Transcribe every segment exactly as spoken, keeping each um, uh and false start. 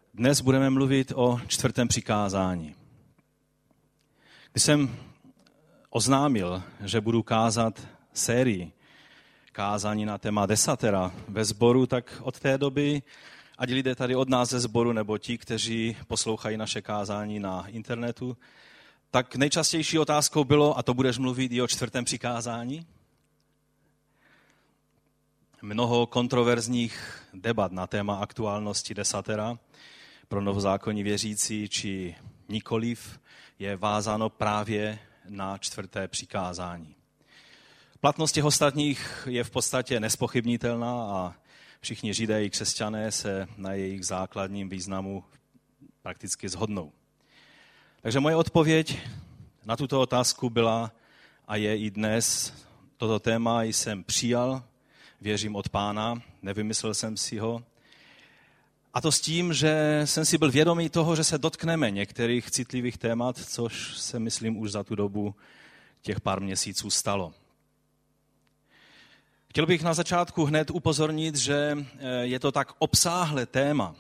Dnes budeme mluvit o čtvrtém přikázání. Když jsem oznámil, že budu kázat sérii kázání na téma desatera ve sboru, tak od té doby, ať lidé tady od nás ze sboru, nebo ti, kteří poslouchají naše kázání na internetu, tak nejčastější otázkou bylo, a to budeš mluvit i o čtvrtém přikázání? Mnoho kontroverzních debat na téma aktuálnosti desatera pro novozákonní věřící či nikoliv je vázáno právě na čtvrté přikázání. Platnost těch ostatních je v podstatě nespochybnitelná a všichni Židé i křesťané se na jejich základním významu prakticky shodnou. Takže moje odpověď na tuto otázku byla a je i dnes. Toto téma jsem přijal, věřím od Pána, nevymyslel jsem si ho. A to s tím, že jsem si byl vědomý toho, že se dotkneme některých citlivých témat, což se myslím už za tu dobu těch pár měsíců stalo. Chtěl bych na začátku hned upozornit, že je to tak obsáhlé téma,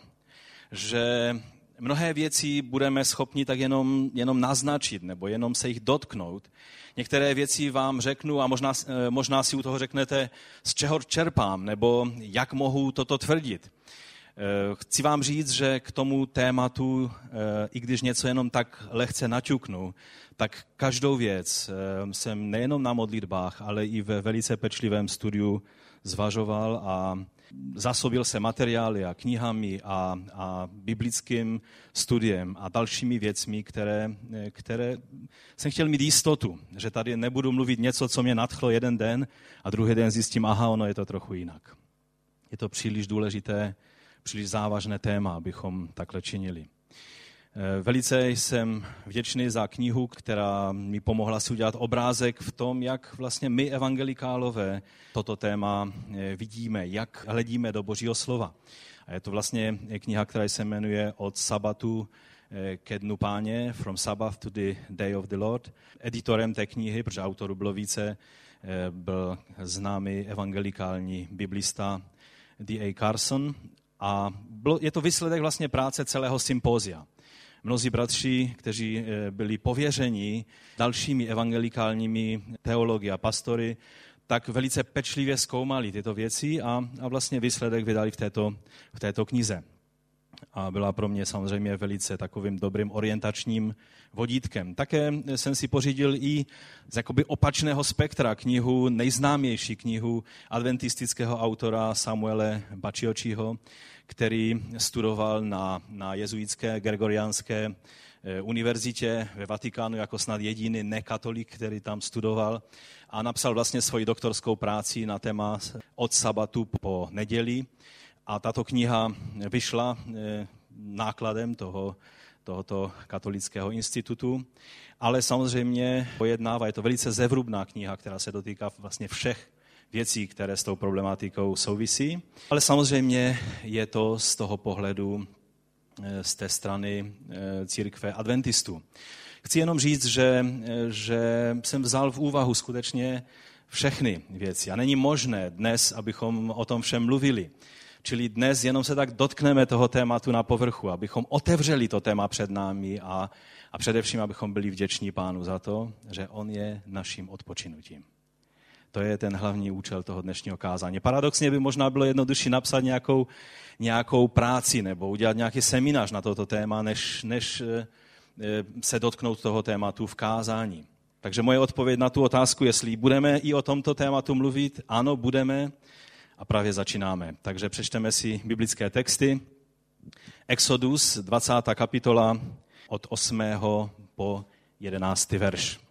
že mnohé věci budeme schopni tak jenom, jenom naznačit nebo jenom se jich dotknout. Některé věci vám řeknu a možná, možná si u toho řeknete, z čeho čerpám nebo jak mohu toto tvrdit. Chci vám říct, že k tomu tématu, i když něco jenom tak lehce naťuknu, tak každou věc jsem nejenom na modlitbách, ale i ve velice pečlivém studiu zvažoval a zásobil se materiály a knihami a, a biblickým studiem a dalšími věcmi, které, které jsem chtěl mít jistotu, že tady nebudu mluvit něco, co mě nadchlo jeden den a druhý den zjistím, aha, ono je to trochu jinak. Je to příliš důležité, příliš závažné téma, abychom takhle činili. Velice jsem vděčný za knihu, která mi pomohla si udělat obrázek v tom, jak vlastně my evangelikálové toto téma vidíme, jak hledíme do Božího slova. A je to vlastně kniha, která se jmenuje Od sabatu ke dnu Páně, From Sabbath to the Day of the Lord. Editorem té knihy, protože autorů bylo více, byl známý evangelikální biblista D A Carson. A bylo, je to výsledek vlastně práce celého sympózia. Mnozí bratři, kteří byli pověřeni dalšími evangelikálními teology a pastory, tak velice pečlivě zkoumali tyto věci a, a vlastně výsledek vydali v této, v této knize. A byla pro mě samozřejmě velice takovým dobrým orientačním vodítkem. Také jsem si pořídil i z jakoby opačného spektra knihu, nejznámější knihu adventistického autora Samuele Baciočiho, který studoval na, na jezuitské gregoriánské univerzitě ve Vatikánu jako snad jediný nekatolik, který tam studoval a napsal vlastně svoji doktorskou práci na téma Od sabatu po neděli. A tato kniha vyšla nákladem toho, tohoto katolického institutu, ale samozřejmě pojednává, je to velice zevrubná kniha, která se dotýká vlastně všech věcí, které s tou problematikou souvisí. Ale samozřejmě je to z toho pohledu, z té strany církve adventistů. Chci jenom říct, že, že jsem vzal v úvahu skutečně všechny věci a není možné dnes, abychom o tom všem mluvili. Čili dnes jenom se tak dotkneme toho tématu na povrchu, abychom otevřeli to téma před námi a, a především, abychom byli vděční Pánu za to, že on je naším odpočinutím. To je ten hlavní účel toho dnešního kázání. Paradoxně by možná bylo jednodušší napsat nějakou, nějakou práci nebo udělat nějaký seminář na toto téma, než, než se dotknout toho tématu v kázání. Takže moje odpověď na tu otázku, jestli budeme i o tomto tématu mluvit, ano, budeme. A právě začínáme. Takže přečteme si biblické texty. Exodus, dvacátá kapitola, od osmého po jedenáctý verš.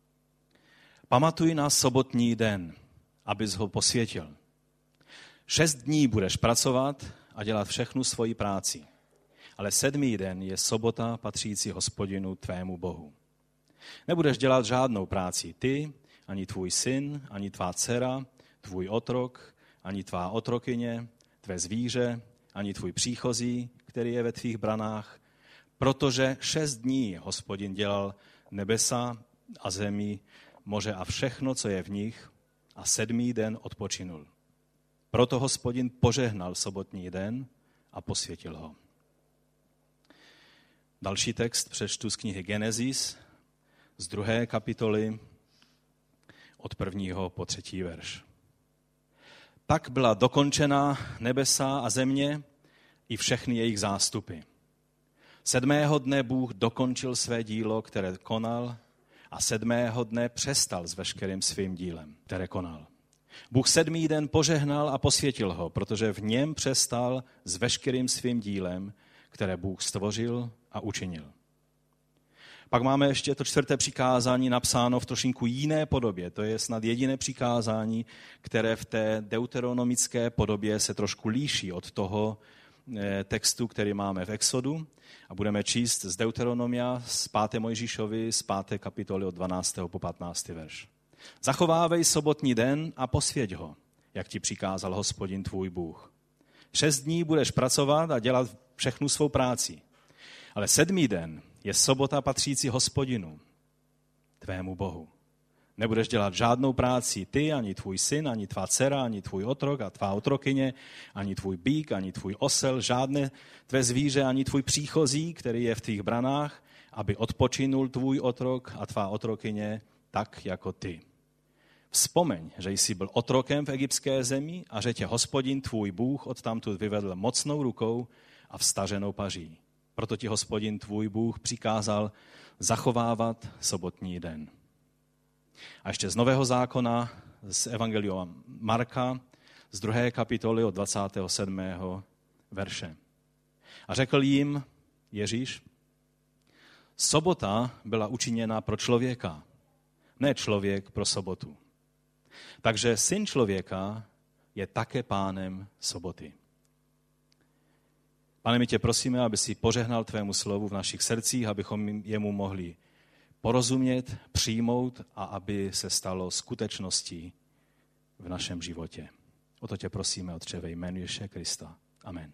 Pamatuj na sobotní den, abys ho posvětil. Šest dní budeš pracovat a dělat všechnu svoji práci. Ale sedmý den je sobota patřící Hospodinu tvému Bohu. Nebudeš dělat žádnou práci ty, ani tvůj syn, ani tvá dcera, tvůj otrok, ani tvá otrokyně, tvé zvíře, ani tvůj příchozí, který je ve tvých branách, protože šest dní Hospodin dělal nebesa a zemi, moře a všechno, co je v nich, a sedmý den odpočinul. Proto Hospodin požehnal sobotní den a posvětil ho. Další text přečtu z knihy Genesis, z druhé kapitoly, od prvního po třetí verš. Tak byla dokončena nebesa a země i všechny jejich zástupy. Sedmého dne Bůh dokončil své dílo, které konal, a sedmého dne přestal s veškerým svým dílem, které konal. Bůh sedmý den požehnal a posvětil ho, protože v něm přestal s veškerým svým dílem, které Bůh stvořil a učinil. Pak máme ještě to čtvrté přikázání napsáno v trošinku jiné podobě. To je snad jediné přikázání, které v té deuteronomické podobě se trošku líší od toho textu, který máme v Exodu. A budeme číst z Deuteronomia z páté Mojžíšovi, z páté kapitoly od dvanáctého po patnáctý verš. Zachovávej sobotní den a posvěť ho, jak ti přikázal Hospodin tvůj Bůh. Šest dní budeš pracovat a dělat všechnu svou práci. Ale sedmý den je sobota patřící Hospodinu, tvému Bohu. Nebudeš dělat žádnou práci ty, ani tvůj syn, ani tvá dcera, ani tvůj otrok a tvá otrokyně, ani tvůj býk, ani tvůj osel, žádné tvé zvíře, ani tvůj příchozí, který je v tvých branách, aby odpočinul tvůj otrok a tvá otrokyně tak jako ty. Vzpomeň, že jsi byl otrokem v egyptské zemi a že tě Hospodin tvůj Bůh odtamtud vyvedl mocnou rukou a vstaženou paží. Proto ti Hospodin tvůj Bůh přikázal zachovávat sobotní den. A ještě z Nového zákona, z Evangelia Marka, z druhé kapitoly od dvacátého sedmého verše. A řekl jim Ježíš, sobota byla učiněna pro člověka, ne člověk pro sobotu. Takže syn člověka je také pánem soboty. Pane, my tě prosíme, aby si požehnal tvému slovu v našich srdcích, abychom jemu mohli porozumět, přijmout a aby se stalo skutečností v našem životě. O to tě prosíme, Otče, ve jménu Ježíše Krista. Amen.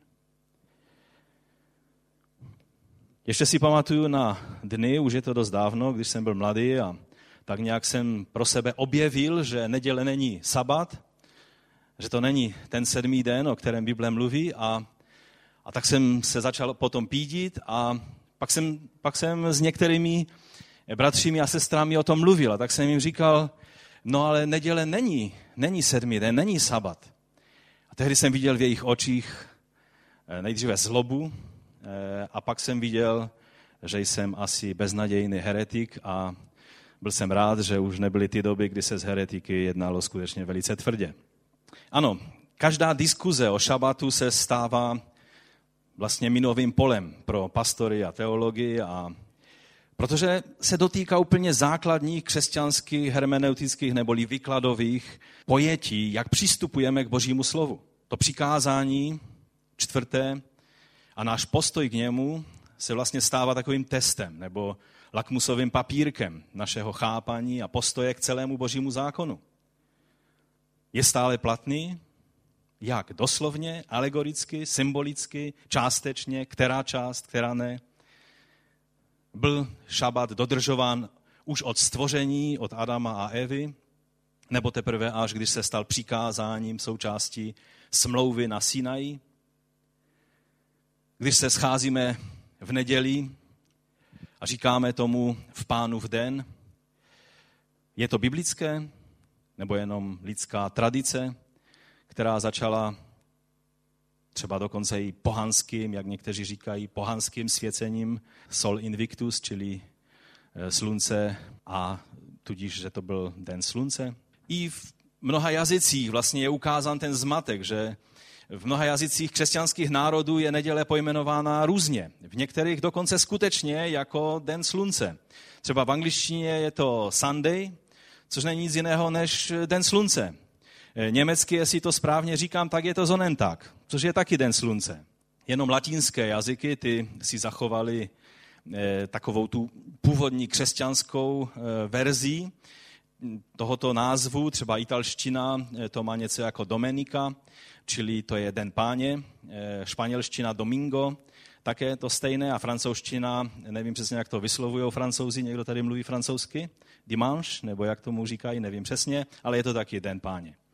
Ještě si pamatuju na dny, už je to dost dávno, když jsem byl mladý a tak nějak jsem pro sebe objevil, že neděle není sabat, že to není ten sedmý den, o kterém Bible mluví a, a tak jsem se začal potom pídit a pak jsem, pak jsem s některými bratřími a sestrami o tom mluvil a tak jsem jim říkal, no ale neděle není, není sedmý den, není sabat. A tehdy jsem viděl v jejich očích nejdříve zlobu a pak jsem viděl, že jsem asi beznadějný heretik a byl jsem rád, že už nebyly ty doby, kdy se z heretiky jednalo skutečně velice tvrdě. Ano, každá diskuze o šabatu se stává vlastně minovým polem pro pastory a teologii, a protože se dotýká úplně základních křesťanských, hermeneutických neboli výkladových pojetí, jak přistupujeme k Božímu slovu. To přikázání čtvrté a náš postoj k němu se vlastně stává takovým testem nebo lakmusovým papírkem našeho chápání a postoje k celému Božímu zákonu. Je stále platný? Jak? Doslovně, alegoricky, symbolicky, částečně, která část, která ne? Byl šabat dodržován už od stvoření, od Adama a Evy, nebo teprve až když se stal přikázáním součástí smlouvy na Sinaji? Když se scházíme v neděli a říkáme tomu v Pánův den, je to biblické nebo jenom lidská tradice, která začala třeba dokonce i pohanským, jak někteří říkají, pohanským svěcením Sol Invictus, čili slunce, a tudíž, že to byl den slunce. I v mnoha jazycích vlastně je ukázán ten zmatek, že v mnoha jazycích křesťanských národů je neděle pojmenována různě. V některých dokonce skutečně jako den slunce. Třeba v angličtině je to Sunday, což není nic jiného než den slunce. Německy, jestli to správně říkám, tak je to Sonnentag, což je taky den slunce. Jenom latinské jazyky, ty si zachovali eh, takovou tu původní křesťanskou eh, verzi tohoto názvu. Třeba italština eh, to má něco jako Domenica, čili to je den páně, eh, španělština Domingo, také to stejné, a francouzština, nevím přesně, jak to vyslovují Francouzi, někdo tady mluví francouzsky, dimanche, nebo jak tomu říkají, nevím přesně, ale je to taky den páně.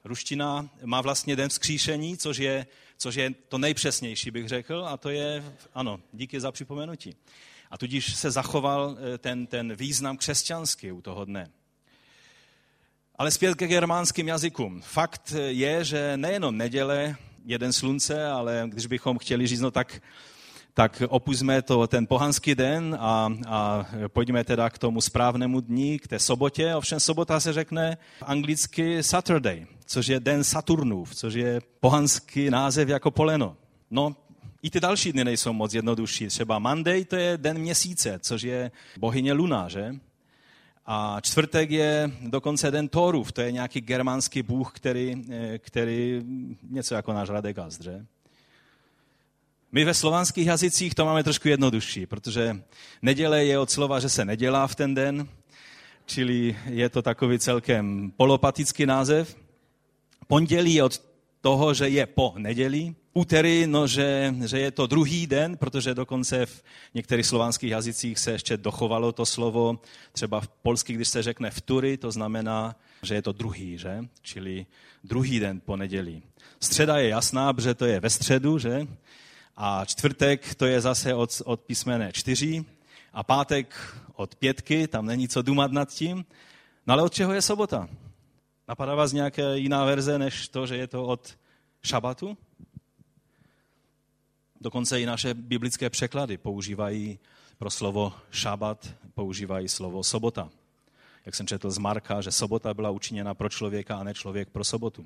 Ruština má vlastně den vzkříšení, což je, což je to nejpřesnější, bych řekl, a to je, ano, díky za připomenutí. A tudíž se zachoval ten, ten význam křesťanský u toho dne. Ale zpět ke germánským jazykům. Fakt je, že nejenom neděle, jeden slunce, ale když bychom chtěli říct, no tak, tak opusťme to, ten pohanský den a, a pojďme teda k tomu správnému dní, k té sobotě. Ovšem sobota se řekne anglicky Saturday, což je den Saturnův, což je pohanský název jako poleno. No, i ty další dny nejsou moc jednodušší. Třeba Monday, to je den měsíce, což je bohyně Luna, že? A čtvrtek je dokonce den Thorův, to je nějaký germánský bůh, který, který něco jako náš Radegast, že? My ve slovanských jazycích to máme trošku jednodušší, protože neděle je od slova, že se nedělá v ten den, čili je to takový celkem polopatický název. Pondělí je od toho, že je po neděli. Úterý, no, že, že je to druhý den, protože dokonce v některých slovanských jazycích se ještě dochovalo to slovo. Třeba v polsky, když se řekne vtury, to znamená, že je to druhý, že? Čili druhý den po neděli. Středa je jasná, protože to je ve středu, že? A čtvrtek to je zase od, od písmene čtyři a pátek od pětky, tam není co dumat nad tím. No ale od čeho je sobota? Napadá vás nějaká jiná verze, než to, že je to od šabatu? Dokonce i naše biblické překlady používají pro slovo šabat, používají slovo sobota. Jak jsem četl z Marka, že sobota byla učiněna pro člověka a ne člověk pro sobotu.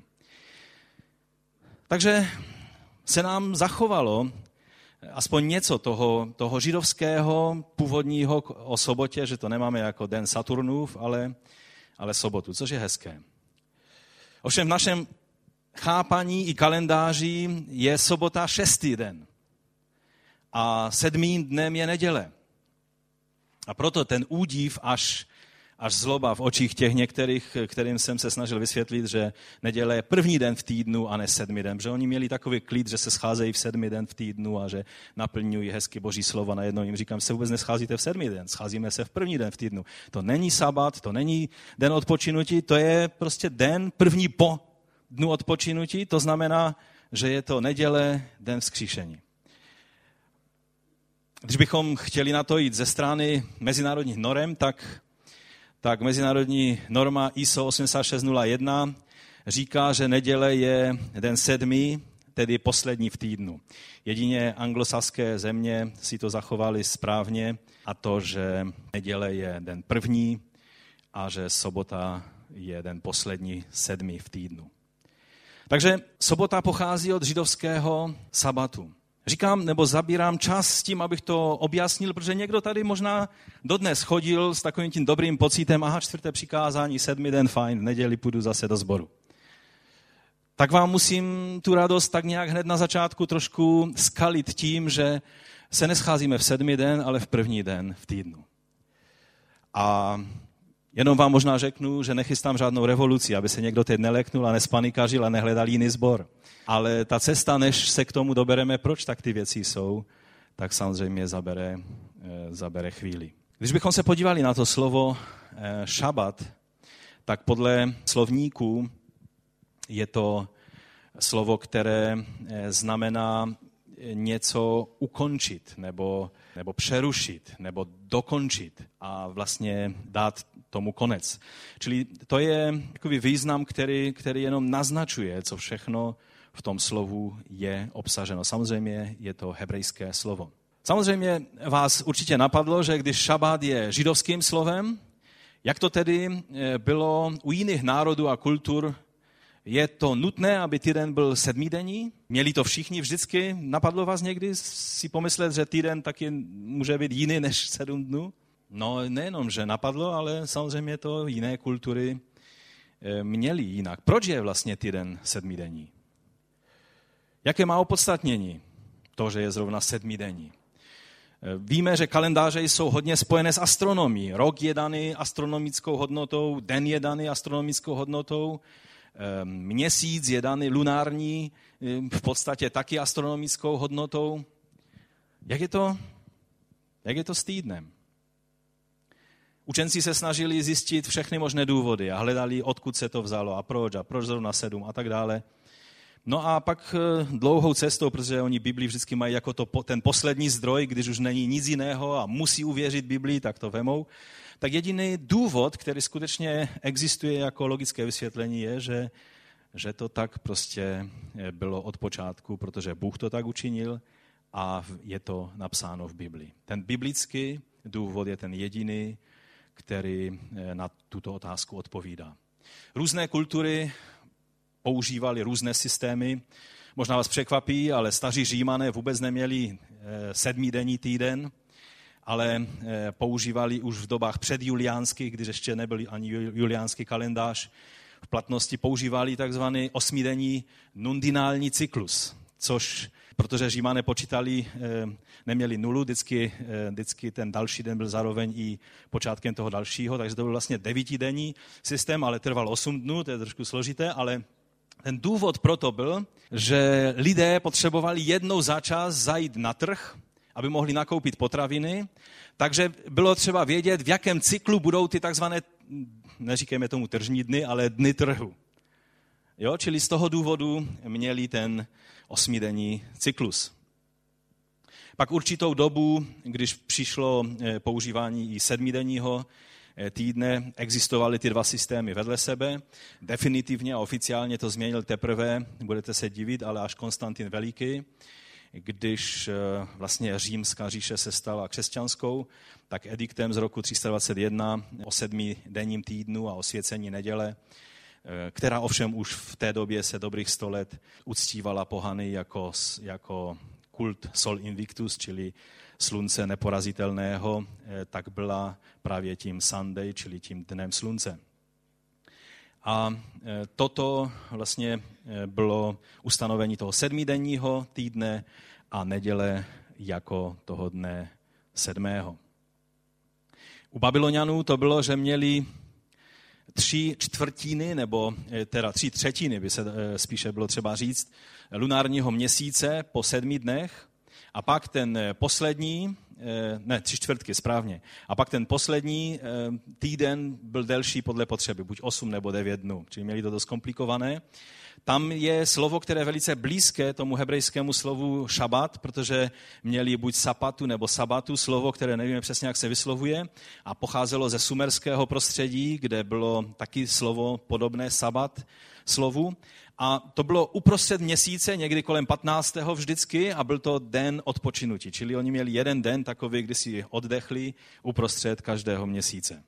Takže se nám zachovalo aspoň něco toho, toho židovského původního o sobotě, že to nemáme jako den Saturnův, ale, ale sobotu, což je hezké. Ovšem v našem chápaní i kalendáři je sobota šestý den a sedmým dnem je neděle. A proto ten údiv až, až zloba v očích těch některých, kterým jsem se snažil vysvětlit, že neděle je první den v týdnu a ne sedmý den. Protože oni měli takový klid, že se scházejí v sedmý den v týdnu a že naplňují hezky Boží slovo. Najednou jim říkám, se vůbec nescházíte v sedmý den, scházíme se v první den v týdnu. To není sabat, to není den odpočinutí, to je prostě den první po dnu odpočinutí, to znamená, že je to neděle, den vzkříšení. Když bychom chtěli na to jít ze strany mezinárodních norem, tak, tak mezinárodní norma I S O osmdesát šest nula jedna říká, že neděle je den sedmý, tedy poslední v týdnu. Jedině anglosaské země si to zachovali správně a to, že neděle je den první a že sobota je den poslední, sedmý v týdnu. Takže sobota pochází od židovského sabatu. Říkám, nebo zabírám čas s tím, abych to objasnil, protože někdo tady možná dodnes chodil s takovým tím dobrým pocitem, aha, čtvrté přikázání, sedmý den, fajn, v neděli půjdu zase do sboru. Tak vám musím tu radost tak nějak hned na začátku trošku skalit tím, že se nescházíme v sedmý den, ale v první den v týdnu. A jenom vám možná řeknu, že nechystám žádnou revoluci, aby se někdo teď neleknul a nespanikařil a nehledal jiný sbor. Ale ta cesta, než se k tomu dobereme, proč tak ty věci jsou, tak samozřejmě zabere, zabere chvíli. Když bychom se podívali na to slovo šabat, tak podle slovníků je to slovo, které znamená něco ukončit, nebo, nebo přerušit, nebo dokončit a vlastně dát tomu konec. Čili to je takový význam, který, který jenom naznačuje, co všechno v tom slovu je obsaženo. Samozřejmě je to hebrejské slovo. Samozřejmě vás určitě napadlo, že když šabát je židovským slovem, jak to tedy bylo u jiných národů a kultur, je to nutné, aby týden byl sedmidenní? Měli to všichni vždycky? Napadlo vás někdy si pomyslet, že týden taky může být jiný než sedm dnů? No nejenom, že napadlo, ale samozřejmě to jiné kultury měly jinak. Proč je vlastně týden sedmidenní? Jaké má opodstatnění to, že je zrovna sedmidenní? Víme, že kalendáře jsou hodně spojené s astronomií. Rok je daný astronomickou hodnotou, den je daný astronomickou hodnotou, měsíc je daný lunární, v podstatě taky astronomickou hodnotou. Jak je to, jak je to s týdnem? Učenci se snažili zjistit všechny možné důvody a hledali, odkud se to vzalo a proč a proč zrovna sedm a tak dále. No a pak dlouhou cestou, protože oni Bibli vždycky mají jako to, ten poslední zdroj, když už není nic jiného a musí uvěřit Biblii, tak to vemou. Tak jediný důvod, který skutečně existuje jako logické vysvětlení, je, že, že to tak prostě bylo od počátku, protože Bůh to tak učinil a je to napsáno v Biblii. Ten biblický důvod je ten jediný, který na tuto otázku odpovídá. Různé kultury používali různé systémy. Možná vás překvapí, ale staří Římané vůbec neměli sedmidenní týden, ale používali už v dobách předjuliánských, když ještě nebyl ani juliánský kalendář v platnosti, používali takzvaný osmidenní nundinální cyklus, což, protože Římané počítali, neměli nulu, vždycky, vždycky ten další den byl zároveň i počátkem toho dalšího, takže to byl vlastně devítidenní systém, ale trval osm dnů, to je trošku složité, ale ten důvod proto byl, že lidé potřebovali jednou za čas zajít na trh, aby mohli nakoupit potraviny, takže bylo třeba vědět, v jakém cyklu budou ty takzvané, neříkejme tomu tržní dny, ale dny trhu. Jo, čili z toho důvodu měli ten osmidenní cyklus. Pak určitou dobu, když přišlo používání i sedmidenního týdne, existovaly ty dva systémy vedle sebe. Definitivně a oficiálně to změnil teprve, budete se divit, ale až Konstantin Veliký, když vlastně Římská říše se stala křesťanskou, tak ediktem z roku tři sta dvacet jedna o sedmidenním týdnu a osvěcení neděle, která ovšem už v té době se dobrých sto let uctívala pohany jako, jako kult Sol Invictus, čili slunce neporazitelného, tak byla právě tím Sunday, čili tím dnem slunce. A toto vlastně bylo ustanovení toho sedmidenního týdne a neděle jako toho dne sedmého. U Babylonianů to bylo, že měli tři čtvrtiny, nebo teda tři třetiny, by se spíše bylo třeba říct, lunárního měsíce po sedmi dnech a pak ten poslední, ne, tři čtvrtky, správně, a pak ten poslední týden byl delší podle potřeby, buď osm nebo devět dnů, čili měli to dost komplikované. Tam je slovo, které je velice blízké tomu hebrejskému slovu šabat, protože měli buď sapatu nebo sabatu, slovo, které nevíme přesně, jak se vyslovuje, a pocházelo ze sumerského prostředí, kde bylo taky slovo podobné sabat slovu. A to bylo uprostřed měsíce, někdy kolem patnáctého vždycky, a byl to den odpočinutí. Čili oni měli jeden den takový, kdy si oddechli uprostřed každého měsíce.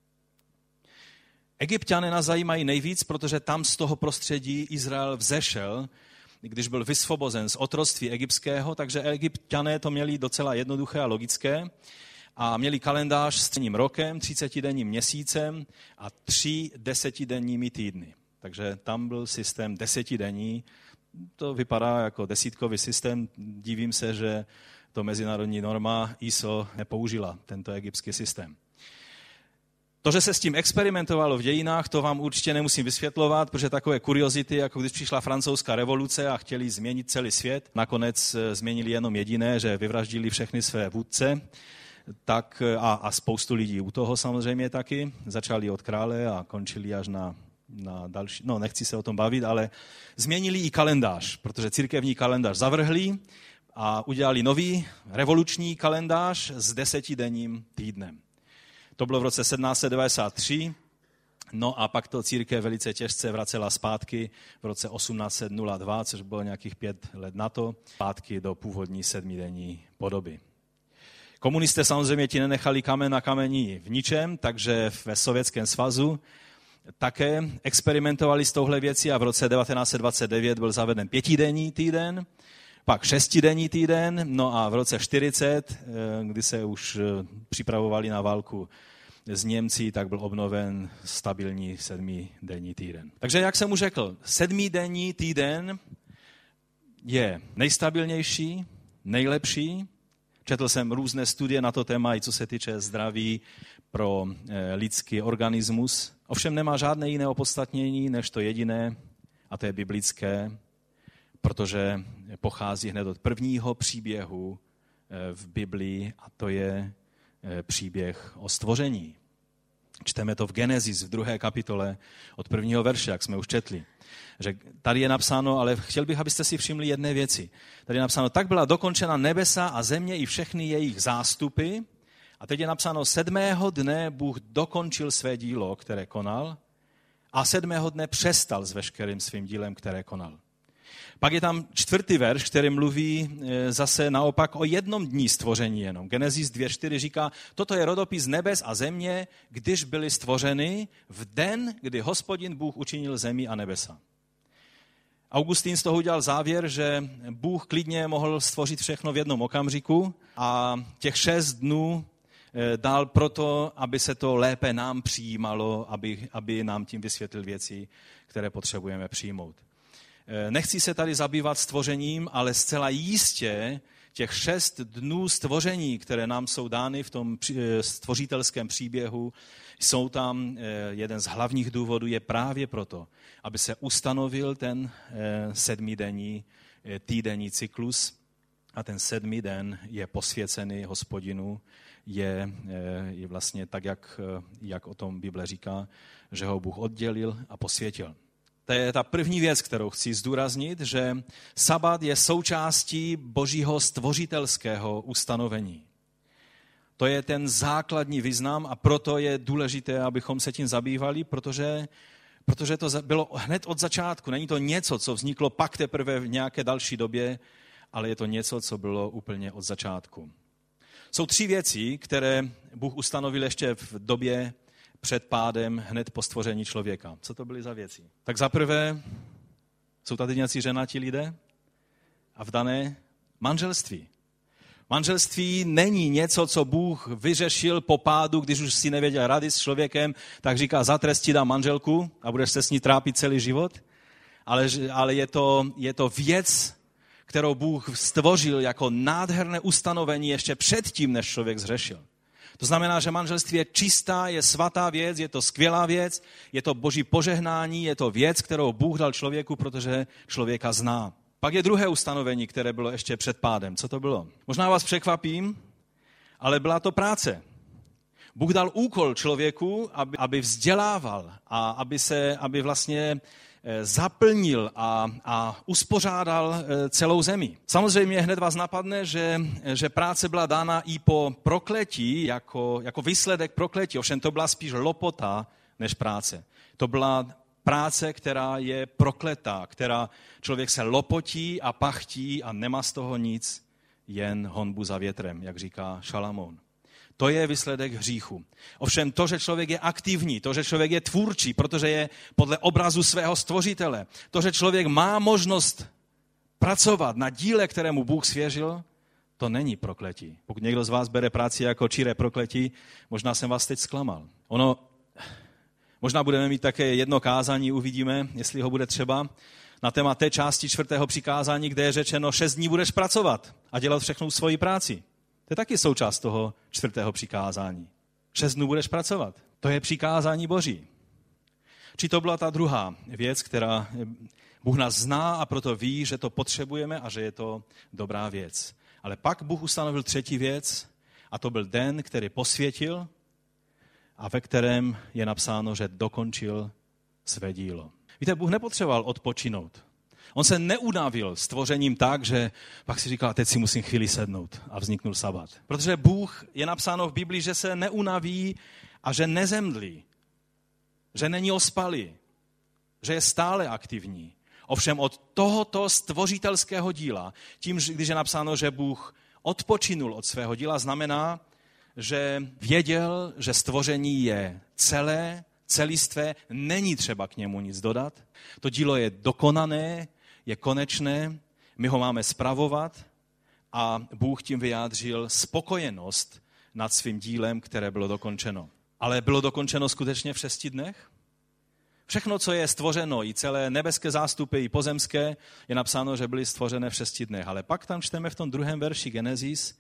Egypťané nás zajímají nejvíc, protože tam z toho prostředí Izrael vzešel, když byl vysvobozen z otroctví egyptského, takže Egypťané to měli docela jednoduché a logické a měli kalendář s celým rokem, třicetidenním měsícem a tři desetidenními týdny. Takže tam byl systém desetidenní, to vypadá jako desítkový systém, divím se, že to mezinárodní norma I S O nepoužila, tento egyptský systém. To, že se s tím experimentovalo v dějinách, to vám určitě nemusím vysvětlovat, protože takové kuriozity, jako když přišla francouzská revoluce a chtěli změnit celý svět, nakonec změnili jenom jediné, že vyvraždili všechny své vůdce, tak a, a spoustu lidí u toho samozřejmě taky. Začali od krále a končili až na, na další, no nechci se o tom bavit, ale změnili i kalendář, protože církevní kalendář zavrhli a udělali nový revoluční kalendář s desetidenním týdnem. To bylo v roce sedmnáct set devadesát tři, no a pak to církev velice těžce vracela zpátky v roce osmnáct set dva, což bylo nějakých pět let na to, zpátky do původní sedmidenní podoby. Komunisté samozřejmě ti nenechali kamen na kameni v ničem, takže ve Sovětském svazu také experimentovali s touhle věcí a v roce devatenáct set dvacet devět byl zaveden pětidenní týden, pak šestidenní týden, no a v roce čtyřicet, kdy se už připravovali na válku s Němci, tak byl obnoven stabilní sedmidenní týden. Takže jak jsem už řekl, sedmidenní týden je nejstabilnější, nejlepší. Četl jsem různé studie na to téma, i co se týče zdraví pro lidský organismus. Ovšem nemá žádné jiné opodstatnění, než to jediné, a to je biblické, protože pochází hned od prvního příběhu v Biblii, a to je příběh o stvoření. Čteme to v Genesis v druhé kapitole od prvního verše, jak jsme už četli. Že tady je napsáno, ale chtěl bych, abyste si všimli jedné věci. Tady je napsáno, tak byla dokončena nebesa a země i všechny jejich zástupy. A teď je napsáno, sedmého dne Bůh dokončil své dílo, které konal, a sedmého dne přestal s veškerým svým dílem, které konal. Pak je tam čtvrtý verš, který mluví zase naopak o jednom dní stvoření jenom. Genesis dvě čtyři říká, toto je rodopis nebes a země, když byly stvořeny v den, kdy Hospodin Bůh učinil zemi a nebesa. Augustín z toho udělal závěr, že Bůh klidně mohl stvořit všechno v jednom okamžiku a těch šest dnů dal proto, aby se to lépe nám přijímalo, aby, aby nám tím vysvětlil věci, které potřebujeme přijmout. Nechci se tady zabývat stvořením, ale zcela jistě těch šest dnů stvoření, které nám jsou dány v tom stvořitelském příběhu, jsou tam, jeden z hlavních důvodů je právě proto, aby se ustanovil ten sedmidenní týdenní cyklus a ten sedmý den je posvěcený Hospodinu, je, je vlastně tak, jak, jak o tom Bible říká, že ho Bůh oddělil a posvětil. To je ta první věc, kterou chci zdůraznit, že sabat je součástí Božího stvořitelského ustanovení. To je ten základní význam a proto je důležité, abychom se tím zabývali, protože, protože to bylo hned od začátku. Není to něco, co vzniklo pak teprve v nějaké další době, ale je to něco, co bylo úplně od začátku. Jsou tři věci, které Bůh ustanovil ještě v době před pádem, hned po stvoření člověka. Co to byly za věci? Tak za prvé, jsou tady nějací ženatí lidé a vdané manželství. Manželství není něco, co Bůh vyřešil po pádu, když už si nevěděl rady s člověkem, tak říká, za trest ti dám manželku a budeš se s ní trápit celý život. Ale, ale je, to, je to věc, kterou Bůh stvořil jako nádherné ustanovení ještě předtím, než člověk zřešil. To znamená, že manželství je čistá, je svatá věc, je to skvělá věc, je to Boží požehnání, je to věc, kterou Bůh dal člověku, protože člověka zná. Pak je druhé ustanovení, které bylo ještě před pádem. Co to bylo? Možná vás překvapím, ale byla to práce. Bůh dal úkol člověku, aby, aby vzdělával a aby se, aby vlastně zaplnil a, a uspořádal celou zemi. Samozřejmě hned vás napadne, že, že práce byla dána i po prokletí, jako, jako výsledek prokletí. Ovšem to byla spíš lopota než práce. To byla práce, která je prokletá, která člověk se lopotí a pachtí a nemá z toho nic, jen honbu za větrem, jak říká Šalamón. To je výsledek hříchu. Ovšem to, že člověk je aktivní, to, že člověk je tvůrčí, protože je podle obrazu svého stvořitele, to, že člověk má možnost pracovat na díle, kterému Bůh svěřil, to není prokletí. Pokud někdo z vás bere práci jako čiré prokletí, možná jsem vás teď zklamal. Ono, možná budeme mít také jedno kázání, uvidíme, jestli ho bude třeba, na téma té části čtvrtého přikázání, kde je řečeno, šest dní budeš pracovat a dělat všechnu svoji práci. To je taky součást toho čtvrtého přikázání. Šest dnů budeš pracovat. To je přikázání Boží. Či to byla ta druhá věc, která Bůh nás zná a proto ví, že to potřebujeme a že je to dobrá věc. Ale pak Bůh ustanovil třetí věc a to byl den, který posvětil a ve kterém je napsáno, že dokončil své dílo. Víte, Bůh nepotřeboval odpočinout. On se neunavil stvořením tak, že pak si říkal, teď si musím chvíli sednout a vzniknul sabat. Protože Bůh, je napsáno v Biblii, že se neunaví a že nezemdlí, že není ospalý, že je stále aktivní. Ovšem od tohoto stvořitelského díla, tím, když je napsáno, že Bůh odpočinul od svého díla, znamená, že věděl, že stvoření je celé, celistvé, není třeba k němu nic dodat. To dílo je dokonané, je konečné, my ho máme spravovat a Bůh tím vyjádřil spokojenost nad svým dílem, které bylo dokončeno. Ale bylo dokončeno skutečně v šesti dnech? Všechno, co je stvořeno, i celé nebeské zástupy, i pozemské, je napsáno, že byly stvořené v šesti dnech. Ale pak tam čteme v tom druhém verši Genesis,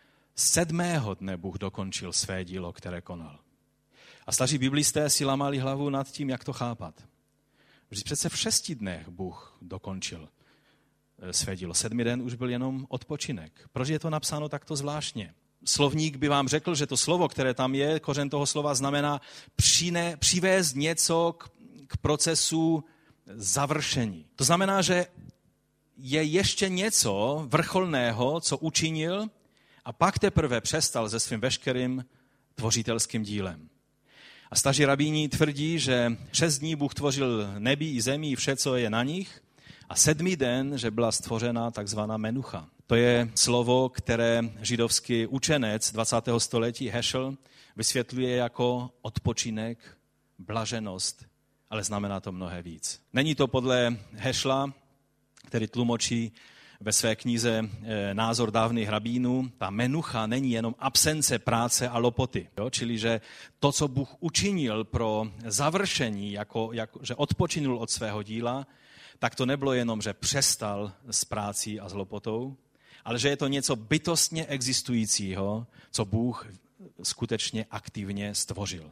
sedmého dne Bůh dokončil své dílo, které konal. A staří biblisté si lamali hlavu nad tím, jak to chápat. Vždyť přece v šesti dnech Bůh dokončil své dílo. Sedmý den už byl jenom odpočinek. Proč je to napsáno takto zvláštně? slovník by vám řekl, že to slovo, které tam je, kořen toho slova znamená přine, přivést něco k, k procesu završení. To znamená, že je ještě něco vrcholného, co učinil a pak teprve přestal se svým veškerým tvořitelským dílem. A staří rabíni tvrdí, že šest dní Bůh tvořil nebi i zemi i vše, co je na nich, a sedmý den, že byla stvořena takzvaná menucha. To je slovo, které židovský učenec dvacátého století Heschel vysvětluje jako odpočinek, blaženost, ale znamená to mnohé víc. Není to podle Heschela, který tlumočí ve své knize Názor dávných rabínů, ta menucha není jenom absence práce a lopoty. Jo? Čili, že to, co Bůh učinil pro završení, jako, jako, že odpočinul od svého díla, tak to nebylo jenom, že přestal s prácí a s lopotou, ale že je to něco bytostně existujícího, co Bůh skutečně aktivně stvořil.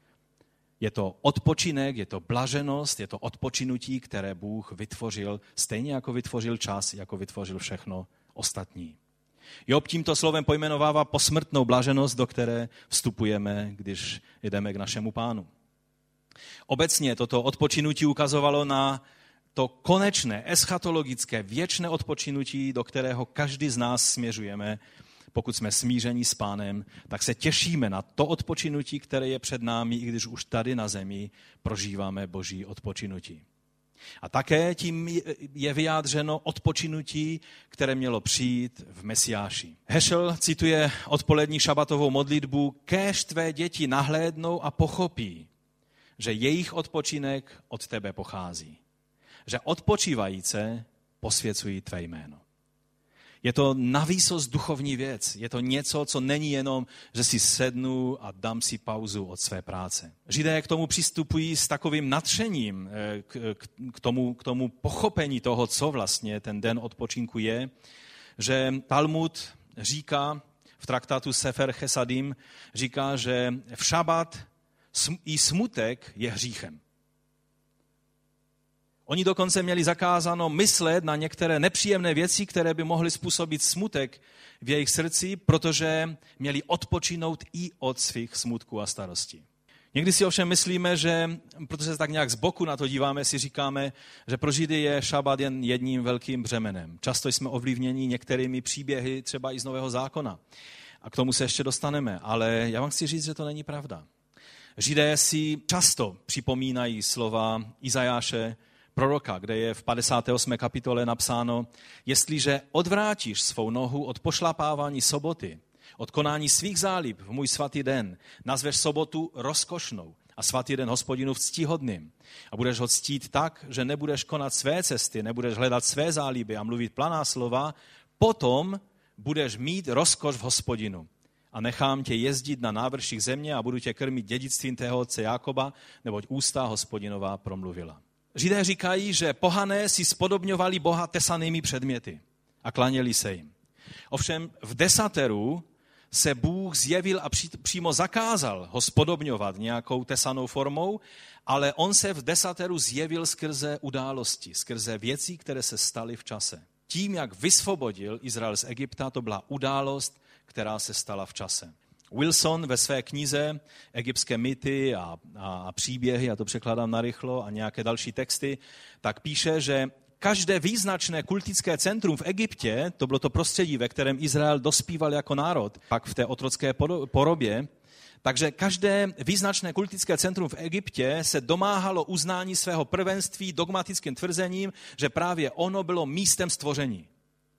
Je to odpočinek, je to blaženost, je to odpočinutí, které Bůh vytvořil, stejně jako vytvořil čas, jako vytvořil všechno ostatní. Job tímto slovem pojmenovává posmrtnou blaženost, do které vstupujeme, když jdeme k našemu Pánu. Obecně toto odpočinutí ukazovalo na to konečné, eschatologické, věčné odpočinutí, do kterého každý z nás směřujeme. Pokud jsme smíření s Pánem, tak se těšíme na to odpočinutí, které je před námi, i když už tady na zemi prožíváme Boží odpočinutí. A také tím je vyjádřeno odpočinutí, které mělo přijít v Mesiáši. Heschel cituje odpolední šabatovou modlitbu: kéž tvé děti nahlédnou a pochopí, že jejich odpočinek od tebe pochází. Že odpočívajíce posvěcují tvé jméno. Je to navýsost duchovní věc. Je to něco, co není jenom, že si sednu a dám si pauzu od své práce. Židé k tomu přistupují s takovým nadšením, k, k, tomu, k tomu pochopení toho, co vlastně ten den odpočinku je, že Talmud říká v traktátu Sefer Chesadim, říká, že v šabat i smutek je hříchem. Oni dokonce měli zakázáno myslet na některé nepříjemné věci, které by mohly způsobit smutek v jejich srdci, protože měli odpočinout i od svých smutků a starostí. Někdy si ovšem myslíme, že, protože se tak nějak z boku na to díváme, si říkáme, že pro Židy je šabat jen jedním velkým břemenem. Často jsme ovlivněni některými příběhy, třeba i z Nového zákona. A k tomu se ještě dostaneme, ale já vám chci říct, že to není pravda. Židé si často připomínají slova Izajáše, proroka, kde je v padesáté osmé kapitole napsáno: jestliže odvrátíš svou nohu od pošlapávání soboty, od konání svých zálib v můj svatý den, nazveš sobotu rozkošnou a svatý den Hospodinův ctihodným a budeš ho ctít tak, že nebudeš konat své cesty, nebudeš hledat své záliby a mluvit planá slova, potom budeš mít rozkoš v Hospodinu. A nechám tě jezdit na návrších země a budu tě krmit dědictvím tého otce Jákoba, neboť ústa Hospodinová promluvila. Židé říkají, že pohané si spodobňovali Boha tesanými předměty a klaněli se jim. Ovšem v desateru se Bůh zjevil a přímo zakázal ho spodobňovat nějakou tesanou formou, ale on se v desateru zjevil skrze události, skrze věcí, které se staly v čase. Tím, jak vysvobodil Izrael z Egypta, to byla událost, která se stala v čase. Wilson ve své knize Egyptské mýty a, a, a příběhy, já to překládám narychlo, a nějaké další texty, tak píše, že každé význačné kultické centrum v Egyptě, to bylo to prostředí, ve kterém Izrael dospíval jako národ, pak v té otrocké porobě, takže každé význačné kultické centrum v Egyptě se domáhalo uznání svého prvenství dogmatickým tvrzením, že právě ono bylo místem stvoření.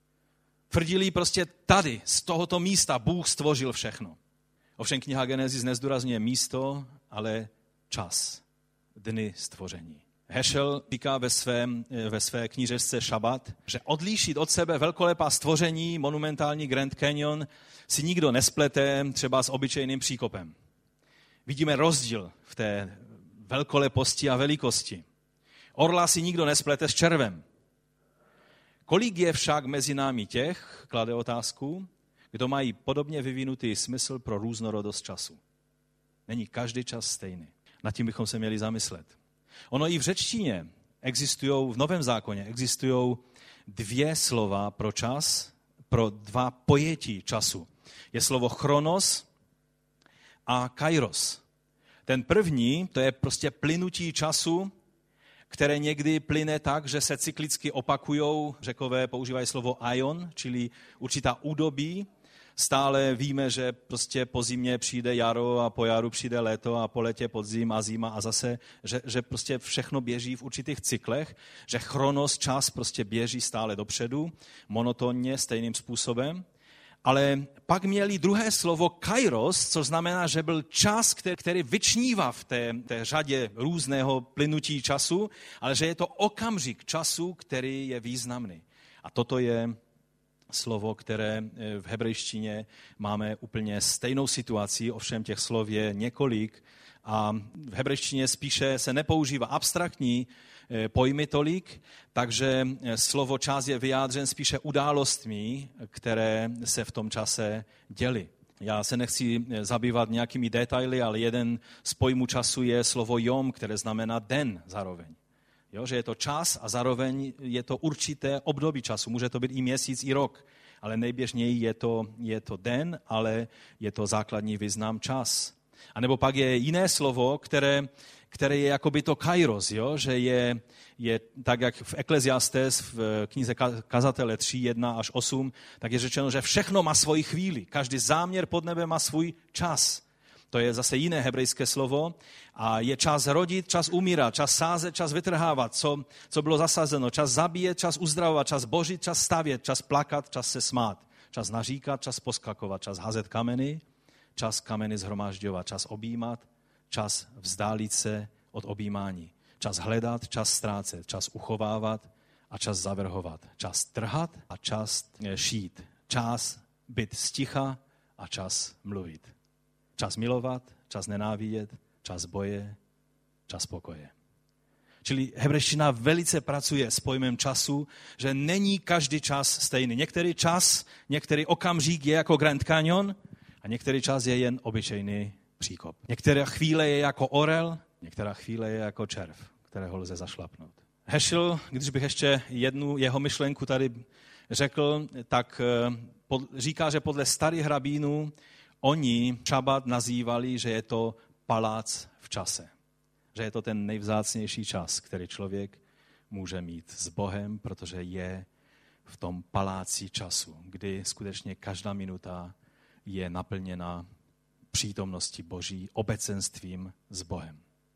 Tvrdili prostě tady, z tohoto místa Bůh stvořil všechno. Ovšem kniha Genesis nezdůrazňuje místo, ale čas, dny stvoření. Heschel říká ve, svém, ve své knížečce Šabat, že odlíšit od sebe velkolepá stvoření, monumentální Grand Canyon, si nikdo nesplete třeba s obyčejným příkopem. Vidíme rozdíl v té velkoleposti a velikosti. Orla si nikdo nesplete s červem. Kolik je však mezi námi těch, klade otázku, kdo mají podobně vyvinutý smysl pro různorodost času. Není každý čas stejný. Nad tím bychom se měli zamyslet. Ono i v řečtině existují, v Novém zákoně existují dvě slova pro čas, pro dva pojetí času. Je slovo chronos a kairos. Ten první, to je prostě plynutí času, které někdy plyne tak, že se cyklicky opakujou. Řekové používají slovo aion, čili určitá údobí. Stále víme, že prostě po zimě přijde jaro a po jaru přijde léto a po létě podzim a zima a zase, že, že prostě všechno běží v určitých cyklech, že chronos, čas prostě běží stále dopředu, monotónně, stejným způsobem. Ale pak měli druhé slovo kairos, což znamená, že byl čas, který, který vyčnívá v té, té řadě různého plynutí času, ale že je to okamžik času, který je významný. A toto je slovo, které v hebrejštině máme úplně stejnou situaci, ovšem těch slov je několik a v hebrejštině spíše se nepoužívá abstraktní pojmy tolik, takže slovo čas je vyjádřen spíše událostmi, které se v tom čase děly. Já se nechci zabývat nějakými detaily, ale jeden z pojmů času je slovo jom, které znamená den zároveň. Jo, že je to čas a zároveň je to určité období času. Může to být i měsíc, i rok, ale nejběžněji je to, je to den, ale je to základní význam čas. A nebo pak je jiné slovo, které, které je jakoby to kairos, jo? Že je, je tak, jak v Eklesiastes, v knize Kazatele tři, jedna až osm, tak je řečeno, že všechno má svoji chvíli. Každý záměr pod nebem má svůj čas. To je zase jiné hebrejské slovo a je čas rodit, čas umírat, čas sázet, čas vytrhávat, co, co bylo zasazeno, čas zabíjet, čas uzdravovat, čas božit, čas stavět, čas plakat, čas se smát, čas naříkat, čas poskakovat, čas házet kameny, čas kameny zhromažďovat, čas objímat, čas vzdálit se od objímání, čas hledat, čas ztrácet, čas uchovávat a čas zavrhovat, čas trhat a čas šít, čas být sticha a čas mluvit. Čas milovat, čas nenávidět, čas boje, čas pokoje. Čili hebrejština velice pracuje s pojmem času, že není každý čas stejný. Některý čas, některý okamžik je jako Grand Canyon a některý čas je jen obyčejný příkop. Některá chvíle je jako orel, některá chvíle je jako červ, kterého lze zašlapnout. Heschel, když bych ještě jednu jeho myšlenku tady řekl, tak říká, že podle starých rabínů oni šabat nazývali, že je to palác v čase. Že je to ten nejvzácnější čas, který člověk může mít s Bohem, protože je v tom paláci času, kdy skutečně každá minuta je naplněna přítomností Boží, obecenstvím s Bohem.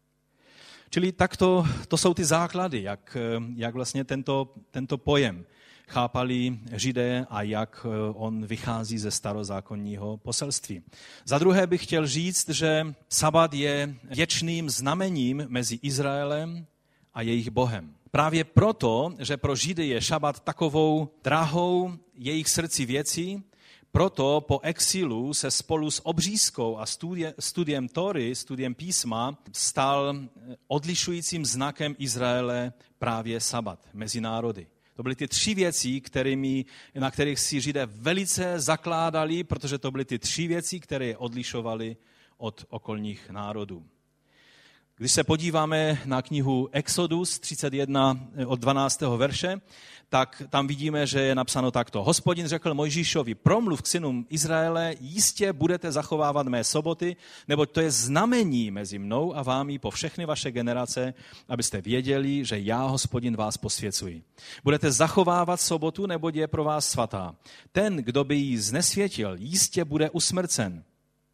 Čili takto to jsou ty základy, jak, jak vlastně tento, tento pojem chápali Židé a jak on vychází ze starozákonního poselství. Za druhé bych chtěl říct, že sabat je věčným znamením mezi Izraelem a jejich Bohem. Právě proto, že pro Židy je šabat takovou drahou jejich srdci věcí, proto po exilu se spolu s obřízkou a studie, studiem Tóry, studiem písma, stal odlišujícím znakem Izraele právě sabat mezi národy. To byly ty tři věci, kterými, na kterých si Židé velice zakládali, protože to byly ty tři věci, které je odlišovaly od okolních národů. Když se podíváme na knihu Exodus třicet jedna od dvanáctého verše, tak tam vidíme, že je napsáno takto. Hospodin řekl Mojžíšovi, promluv k synům Izraele, jistě budete zachovávat mé soboty, neboť to je znamení mezi mnou a vámi po všechny vaše generace, abyste věděli, že já, Hospodin, vás posvěcuji. Budete zachovávat sobotu, neboť je pro vás svatá. Ten, kdo by ji znesvětil, jistě bude usmrcen.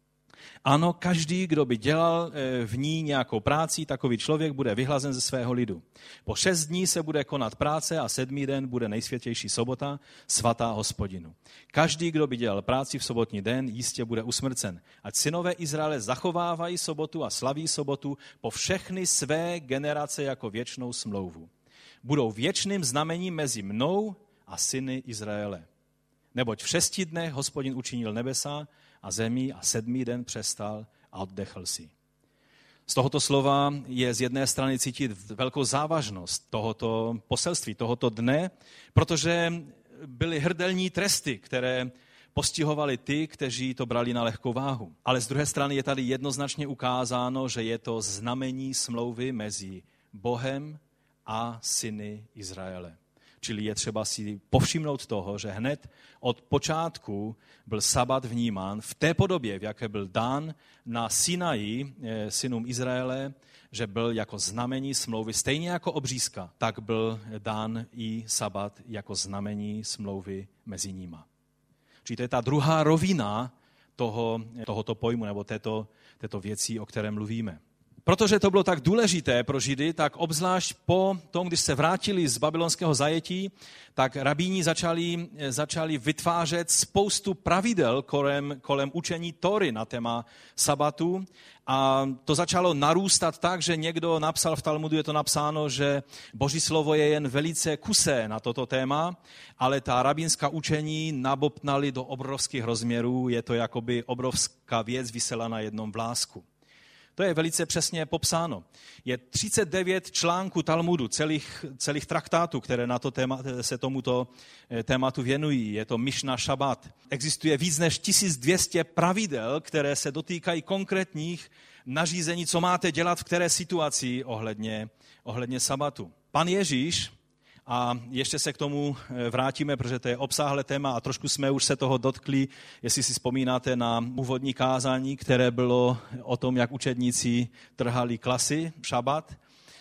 Ano, každý, kdo by dělal v ní nějakou práci, takový člověk bude vyhlazen ze svého lidu. Po šest dní se bude konat práce a sedmý den bude nejsvětější sobota, svatá Hospodinu. Každý, kdo by dělal práci v sobotní den, jistě bude usmrcen. Ať synové Izraele zachovávají sobotu a slaví sobotu po všechny své generace jako věčnou smlouvu. Budou věčným znamením mezi mnou a syny Izraele. Neboť v šesti dnech Hospodin učinil nebesa a zemi a sedmý den přestal a oddechl si. Z tohoto slova je z jedné strany cítit velkou závažnost tohoto poselství, tohoto dne, protože byly hrdelní tresty, které postihovaly ty, kteří to brali na lehkou váhu. Ale z druhé strany je tady jednoznačně ukázáno, že je to znamení smlouvy mezi Bohem a syny Izraele. Čili je třeba si povšimnout toho, že hned od počátku byl sabat vnímán v té podobě, v jaké byl dán na Sinaji synům Izraele, že byl jako znamení smlouvy, stejně jako obřízka, tak byl dán i sabat jako znamení smlouvy mezi nima. Čili to je ta druhá rovina toho, tohoto pojmu nebo této, této věcí, o které mluvíme. Protože to bylo tak důležité pro Židy, tak obzvlášť po tom, když se vrátili z babylonského zajetí, tak rabíni začali, začali vytvářet spoustu pravidel kolem, kolem učení Tóry na téma sabatu. A to začalo narůstat tak, že někdo napsal, v Talmudu je to napsáno, že Boží slovo je jen velice kusé na toto téma, ale ta rabínská učení nabobtnali do obrovských rozměrů, je to jakoby obrovská věc visela na jednom vlásku. To je velice přesně popsáno. Je třicet devět článků Talmudu, celých, celých traktátů, které na to téma, se tomuto tématu věnují. Je to Mišna Šabat. Existuje víc než tisíc dvě stě pravidel, které se dotýkají konkrétních nařízení, co máte dělat v které situaci ohledně, ohledně sabatu. Pan Ježíš, a ještě se k tomu vrátíme, protože to je obsáhlé téma a trošku jsme už se toho dotkli, jestli si vzpomínáte na úvodní kázání, které bylo o tom, jak učedníci trhali klasy v šabat,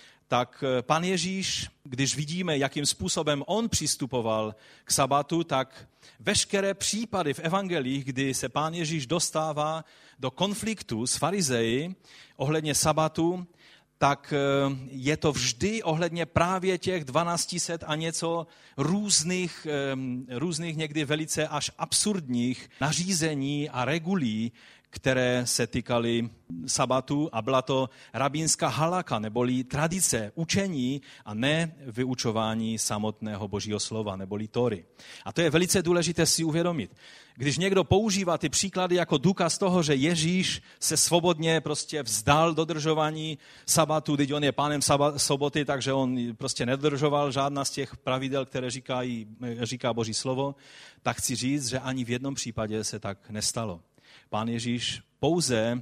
tak Pan Ježíš, když vidíme, jakým způsobem on přistupoval k sabatu, tak veškeré případy v evangelích, kdy se Pán Ježíš dostává do konfliktu s farizeji ohledně sabatu, tak je to vždy ohledně právě těch dvanáct set a něco různých, různých někdy velice až absurdních nařízení a regulí, které se týkaly sabatu a byla to rabínská halaka, neboli tradice, učení a ne vyučování samotného Božího slova, neboli Tóry. A to je velice důležité si uvědomit. Když někdo používá ty příklady jako důkaz toho, že Ježíš se svobodně prostě vzdal dodržování sabatu, když on je pánem soboty, takže on prostě nedodržoval žádná z těch pravidel, které říkají, říká Boží slovo, tak chci říct, že ani v jednom případě se tak nestalo. Pán Ježíš pouze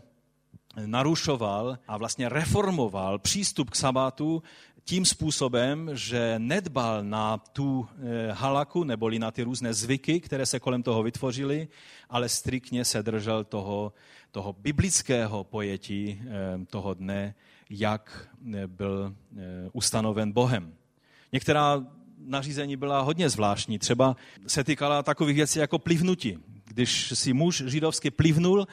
narušoval a vlastně reformoval přístup k sabatu tím způsobem, že nedbal na tu halaku, neboli na ty různé zvyky, které se kolem toho vytvořily, ale striktně se držel toho, toho biblického pojetí toho dne, jak byl ustanoven Bohem. Některá nařízení byla hodně zvláštní, třeba se týkala takových věcí jako plivnutí. Když si muž židovský plivnul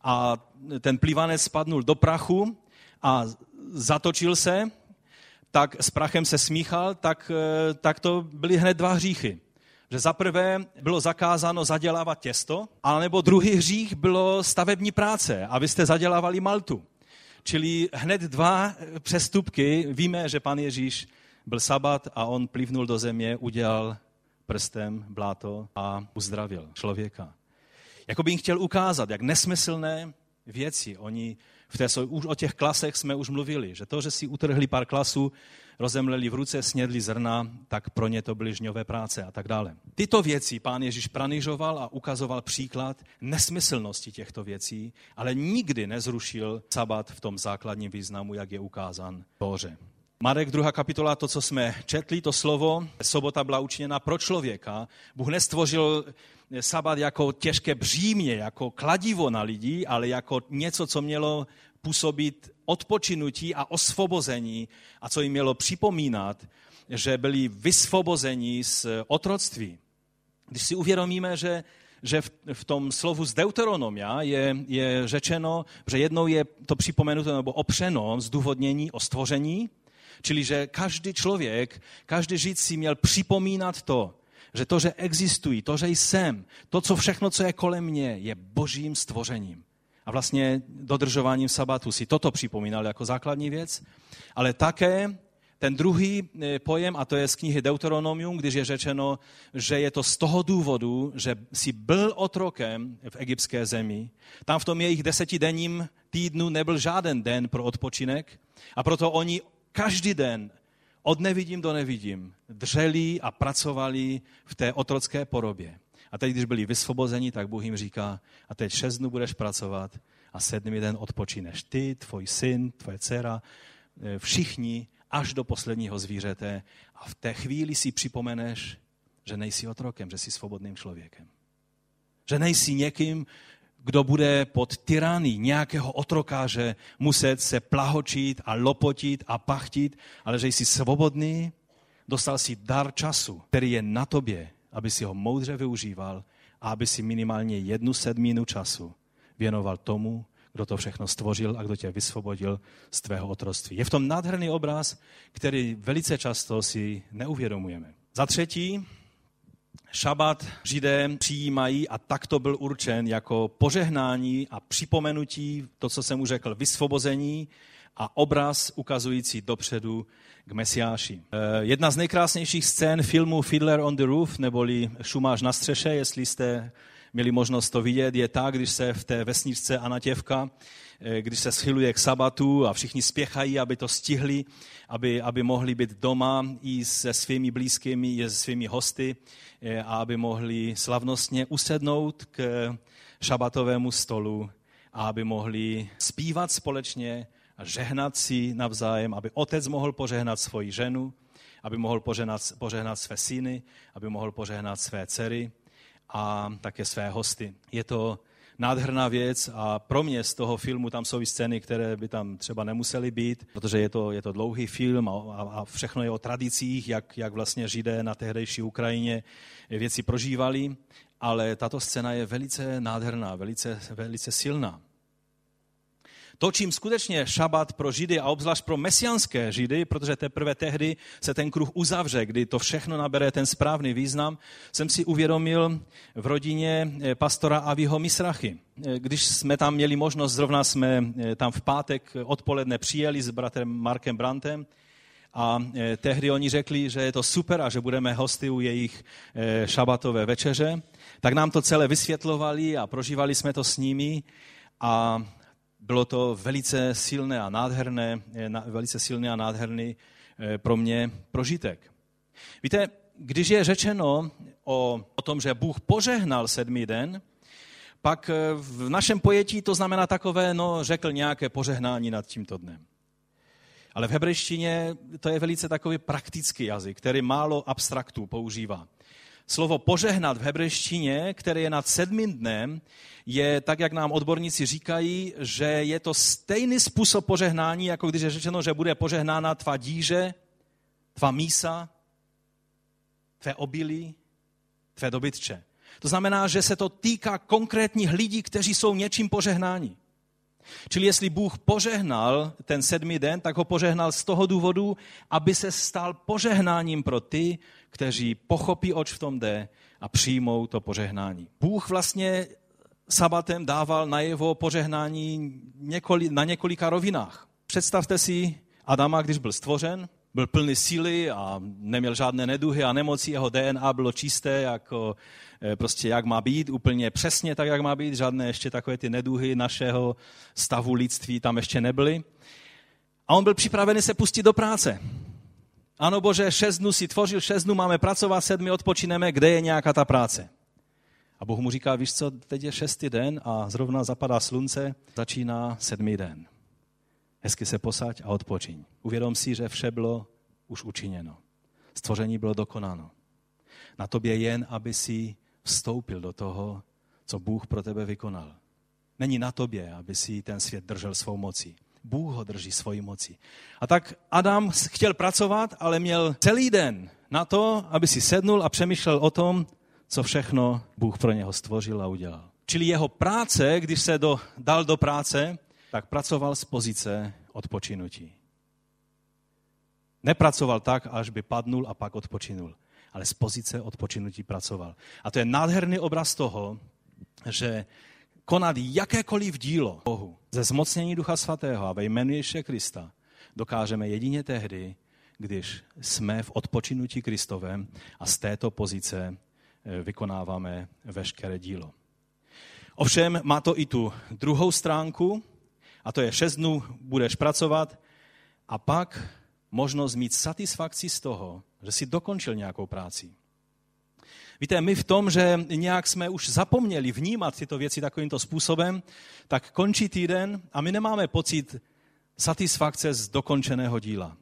a ten plivanec spadnul do prachu a zatočil se, tak s prachem se smíchal, tak, tak to byly hned dva hříchy. Že za prvé bylo zakázáno zadělávat těsto, anebo druhý hřích bylo stavební práce, abyste zadělávali maltu. Čili hned dva přestupky. Víme, že Pan Ježíš byl sabat a on plivnul do země, udělal prstem bláto a uzdravil člověka. Jakoby jim chtěl ukázat, jak nesmyslné věci oni v té, už o těch klasech jsme už mluvili, že to, že si utrhli pár klasů, rozemleli v ruce, snědli zrna, tak pro ně to byly žňové práce a tak dále. Tyto věci Pán Ježíš pranižoval a ukazoval příklad nesmyslnosti těchto věcí, ale nikdy nezrušil sabat v tom základním významu, jak je ukázán v Tóře. Marek druhá kapitola, to, co jsme četli, to slovo, sobota byla učiněna pro člověka. Bůh nestvořil sabat jako těžké břímě, jako kladivo na lidi, ale jako něco, co mělo působit odpočinutí a osvobození a co jim mělo připomínat, že byli vysvobozeni z otroctví. Když si uvědomíme, že že v, v tom slovu z Deuteronomia je, je řečeno, že jednou je to připomenuto nebo opřeno zdůvodnění o stvoření, čili že každý člověk, každý žid si měl připomínat to, že to, že existují, to, že jsem, to, co všechno, co je kolem mě, je božím stvořením. A vlastně dodržováním sabatu si toto připomínal jako základní věc, ale také ten druhý pojem, a to je z knihy Deuteronomium, když je řečeno, že je to z toho důvodu, že si byl otrokem v egyptské zemi. Tam v tom jejich desetidenním týdnu nebyl žádný den pro odpočinek a proto oni každý den od nevidím do nevidím dřeli a pracovali v té otrocké porobě. A teď, když byli vysvobozeni, tak Bůh jim říká, a teď šest dnů budeš pracovat a sedmý den odpočineš. Ty, tvoj syn, tvoje dcera, všichni až do posledního zvířete a v té chvíli si připomeneš, že nejsi otrokem, že jsi svobodným člověkem. Že nejsi někým, kdo bude pod tyranii nějakého otrokáře muset se plahočit a lopotit a pachtit, ale že jsi svobodný, dostal si dar času, který je na tobě, aby si ho moudře využíval a aby si minimálně jednu sedminu času věnoval tomu, kdo to všechno stvořil a kdo tě vysvobodil z tvého otroctví. Je v tom nádherný obraz, který velice často si neuvědomujeme. Za třetí, šabat Židé přijímají a takto byl určen jako požehnání a připomenutí, to, co jsem už řekl, vysvobození a obraz ukazující dopředu k Mesiáši. Jedna z nejkrásnějších scén filmu Fiddler on the Roof, neboli Šumář na střeše, jestli jste měli možnost to vidět, je ta, když se v té vesničce Anatěvka, když se schyluje k sabatu a všichni spěchají, aby to stihli, aby, aby mohli být doma i se svými blízkými, i se svými hosty a aby mohli slavnostně usednout k šabatovému stolu a aby mohli zpívat společně a žehnat si navzájem, aby otec mohl požehnat svoji ženu, aby mohl požehnat, požehnat své syny, aby mohl požehnat své dcery a také své hosty. Je to nádherná věc a pro mě z toho filmu tam jsou i scény, které by tam třeba nemusely být, protože je to, je to dlouhý film a, a všechno je o tradicích, jak, jak vlastně Židé na tehdejší Ukrajině věci prožívali, ale tato scéna je velice nádherná, velice, velice silná. To, čím skutečně šabat pro Židy a obzvlášť pro mesiánské Židy, protože teprve tehdy se ten kruh uzavře, kdy to všechno nabere ten správný význam, jsem si uvědomil v rodině pastora Aviho Misrachy. Když jsme tam měli možnost, zrovna jsme tam v pátek odpoledne přijeli s bratrem Markem Brantem a tehdy oni řekli, že je to super a že budeme hosty u jejich šabatové večeře, tak nám to celé vysvětlovali a prožívali jsme to s nimi a bylo to velice silné a nádherné, velice silný a nádherný pro mě prožitek. Víte, když je řečeno o, o tom, že Bůh požehnal sedmý den, pak v našem pojetí to znamená takové, no řekl nějaké požehnání nad tímto dnem. Ale v hebrejštině to je velice takový praktický jazyk, který málo abstraktů používá. Slovo požehnat v hebrejštině, které je nad sedmým dnem, je tak, jak nám odborníci říkají, že je to stejný způsob požehnání, jako když je řečeno, že bude požehnána tvá díže, tvá mísa, tvé obilí, tvé dobytče. To znamená, že se to týká konkrétních lidí, kteří jsou něčím požehnáni. Čili jestli Bůh požehnal ten sedmý den, tak ho požehnal z toho důvodu, aby se stal požehnáním pro ty, kteří pochopí, oč v tom jde a přijmou to požehnání. Bůh vlastně sabatem dával najevo požehnání několik, na několika rovinách. Představte si Adama, když byl stvořen, byl plný síly a neměl žádné neduhy a nemoci, jeho D N A bylo čisté, jako prostě jak má být, úplně přesně tak, jak má být, žádné ještě takové ty neduhy našeho stavu lidství tam ještě nebyly. A on byl připravený se pustit do práce. Ano Bože, šest dnů si tvořil, šest dnů máme pracovat, sedmi odpočineme, kde je nějaká ta práce? A Bůh mu říká, víš co, teď je šestý den a zrovna zapadá slunce, začíná sedmý den. Hezky se posaď a odpočiň. Uvědom si, že vše bylo už učiněno. Stvoření bylo dokonáno. Na tobě jen, aby si vstoupil do toho, co Bůh pro tebe vykonal. Není na tobě, aby si ten svět držel svou mocí. Bůh ho drží svojí mocí. A tak Adam chtěl pracovat, ale měl celý den na to, aby si sednul a přemýšlel o tom, co všechno Bůh pro něho stvořil a udělal. Čili jeho práce, když se do, dal do práce, tak pracoval z pozice odpočinutí. Nepracoval tak, až by padnul a pak odpočinul, ale z pozice odpočinutí pracoval. A to je nádherný obraz toho, že konat jakékoliv dílo Bohu ze zmocnění Ducha Svatého a ve jménu Ježíše Krista dokážeme jedině tehdy, když jsme v odpočinutí Kristovém a z této pozice vykonáváme veškeré dílo. Ovšem má to i tu druhou stránku, a to je šest dnů budeš pracovat a pak možnost mít satisfakci z toho, že jsi dokončil nějakou práci. Víte, my v tom, že nějak jsme už zapomněli vnímat tyto věci takovýmto způsobem, tak končí týden a my nemáme pocit satisfakce z dokončeného díla.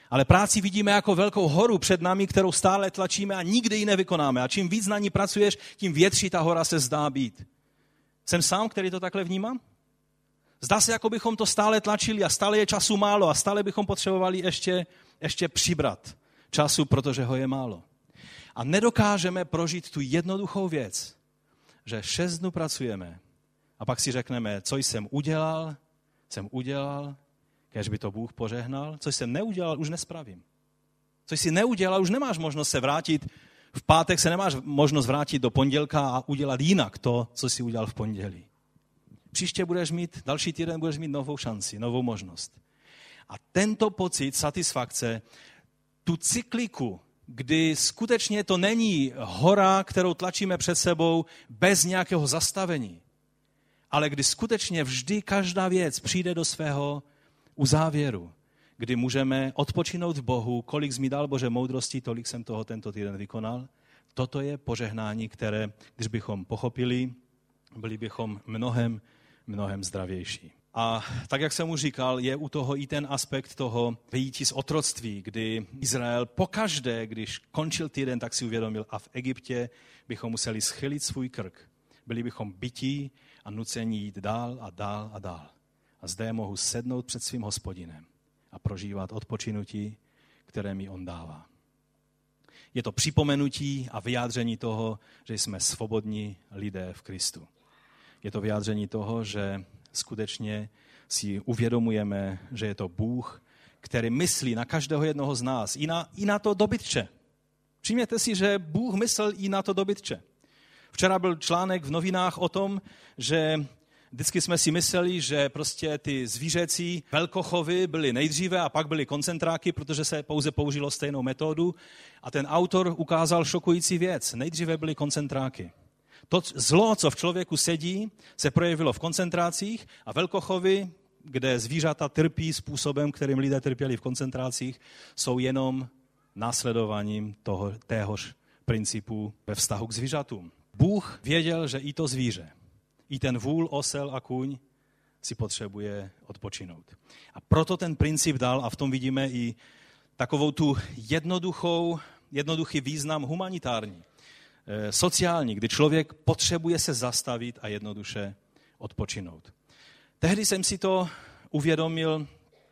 Ale práci vidíme jako velkou horu před námi, kterou stále tlačíme a nikdy ji nevykonáme. A čím víc na ní pracuješ, tím větší ta hora se zdá být. Jsem sám, který to takhle vnímám? Zdá se, jako bychom to stále tlačili a stále je času málo a stále bychom potřebovali ještě, ještě přibrat času, protože ho je málo. A nedokážeme prožít tu jednoduchou věc, že šest dnů pracujeme a pak si řekneme, co jsem udělal, jsem udělal, kéž by to Bůh požehnal, co jsem neudělal, už nespravím. Co jsi neudělal, už nemáš možnost se vrátit, v pátek se nemáš možnost vrátit do pondělka a udělat jinak to, co jsi udělal v pondělí. Příště budeš mít, další týden budeš mít novou šanci, novou možnost. A tento pocit satisfakce, tu cykliku, kdy skutečně to není hora, kterou tlačíme před sebou bez nějakého zastavení, ale kdy skutečně vždy každá věc přijde do svého uzávěru, kdy můžeme odpočinout v Bohu, kolik jsi mi dal, Bože, moudrosti, tolik jsem toho tento týden vykonal. Toto je požehnání, které, když bychom pochopili, byli bychom mnohem, mnohem zdravější. A tak, jak jsem už říkal, je u toho i ten aspekt toho vyjítí z otroctví, kdy Izrael pokaždé, když končil týden, tak si uvědomil, a v Egyptě bychom museli schylit svůj krk. Byli bychom bytí a nuceni jít dál a dál a dál. A zde mohu sednout před svým Hospodinem a prožívat odpočinutí, které mi on dává. Je to připomenutí a vyjádření toho, že jsme svobodní lidé v Kristu. Je to vyjádření toho, že skutečně si uvědomujeme, že je to Bůh, který myslí na každého jednoho z nás, i na, i na to dobytče. Všimněte si, že Bůh myslel i na to dobytče. Včera byl článek v novinách o tom, že vždycky jsme si mysleli, že prostě ty zvířecí velkochovy byly nejdříve a pak byly koncentráky, protože se pouze použilo stejnou metodu. A ten autor ukázal šokující věc. Nejdříve byly koncentráky. To zlo, co v člověku sedí, se projevilo v koncentrácích a velkochovy, kde zvířata trpí způsobem, kterým lidé trpěli v koncentrácích, jsou jenom následováním toho, téhož principu ve vztahu k zvířatům. Bůh věděl, že i to zvíře, i ten vůl, osel a kůň si potřebuje odpočinout. A proto ten princip dal, a v tom vidíme i takovou tu jednoduchou, jednoduchý význam humanitární, sociální, kdy člověk potřebuje se zastavit a jednoduše odpočinout. Tehdy jsem si to uvědomil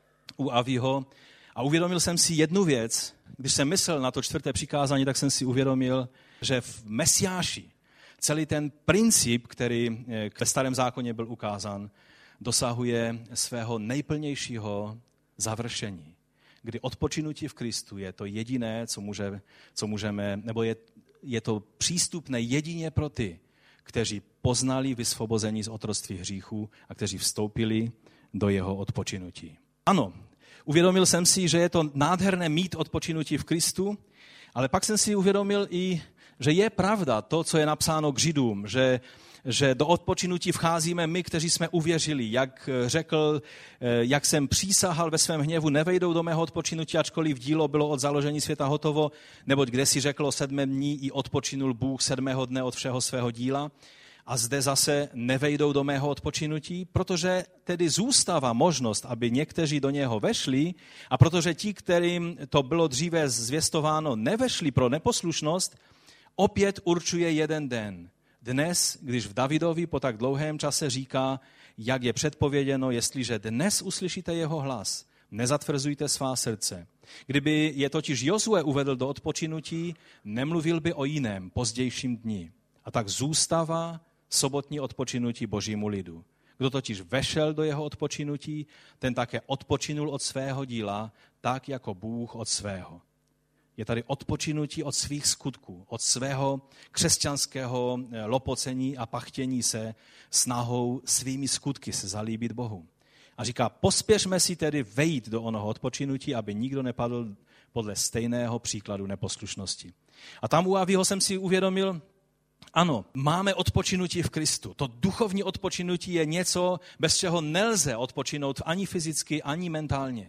u Aviho a uvědomil jsem si jednu věc. Když jsem myslel na to čtvrté přikázání, tak jsem si uvědomil, že v Mesiáši celý ten princip, který ve Starém zákoně byl ukázán, dosahuje svého nejplnějšího završení. Kdy odpočinutí v Kristu je to jediné, co, může, co můžeme, nebo je, je to přístupné jedině pro ty, kteří poznali vysvobození z otroctví hříchů a kteří vstoupili do jeho odpočinutí. Ano, uvědomil jsem si, že je to nádherné mít odpočinutí v Kristu, ale pak jsem si uvědomil i, že je pravda to, co je napsáno k Židům, že, že do odpočinutí vcházíme my, kteří jsme uvěřili. Jak řekl, jak jsem přísahal ve svém hněvu, nevejdou do mého odpočinutí, ačkoliv dílo bylo od založení světa hotovo, neboť kde si řekl o sedmém dní i odpočinul Bůh sedmého dne od všeho svého díla. A zde zase nevejdou do mého odpočinutí, protože tedy zůstává možnost, aby někteří do něho vešli, a protože ti, kterým to bylo dříve zvěstováno, nevešli pro neposlušnost, opět určuje jeden den. Dnes, když v Davidovi po tak dlouhém čase říká, jak je předpověděno, jestliže dnes uslyšíte jeho hlas, nezatvrzujte svá srdce. Kdyby je totiž Jozue uvedl do odpočinutí, nemluvil by o jiném, pozdějším dni. A tak zůstává sobotní odpočinutí božímu lidu. Kdo totiž vešel do jeho odpočinutí, ten také odpočinul od svého díla, tak jako Bůh od svého. Je tady odpočinutí od svých skutků, od svého křesťanského lopocení a pachtění se snahou svými skutky se zalíbit Bohu. A říká, pospěšme si tedy vejít do onoho odpočinutí, aby nikdo nepadl podle stejného příkladu neposlušnosti. A tam u Avího jsem si uvědomil, ano, máme odpočinutí v Kristu. To duchovní odpočinutí je něco, bez čeho nelze odpočinout ani fyzicky, ani mentálně.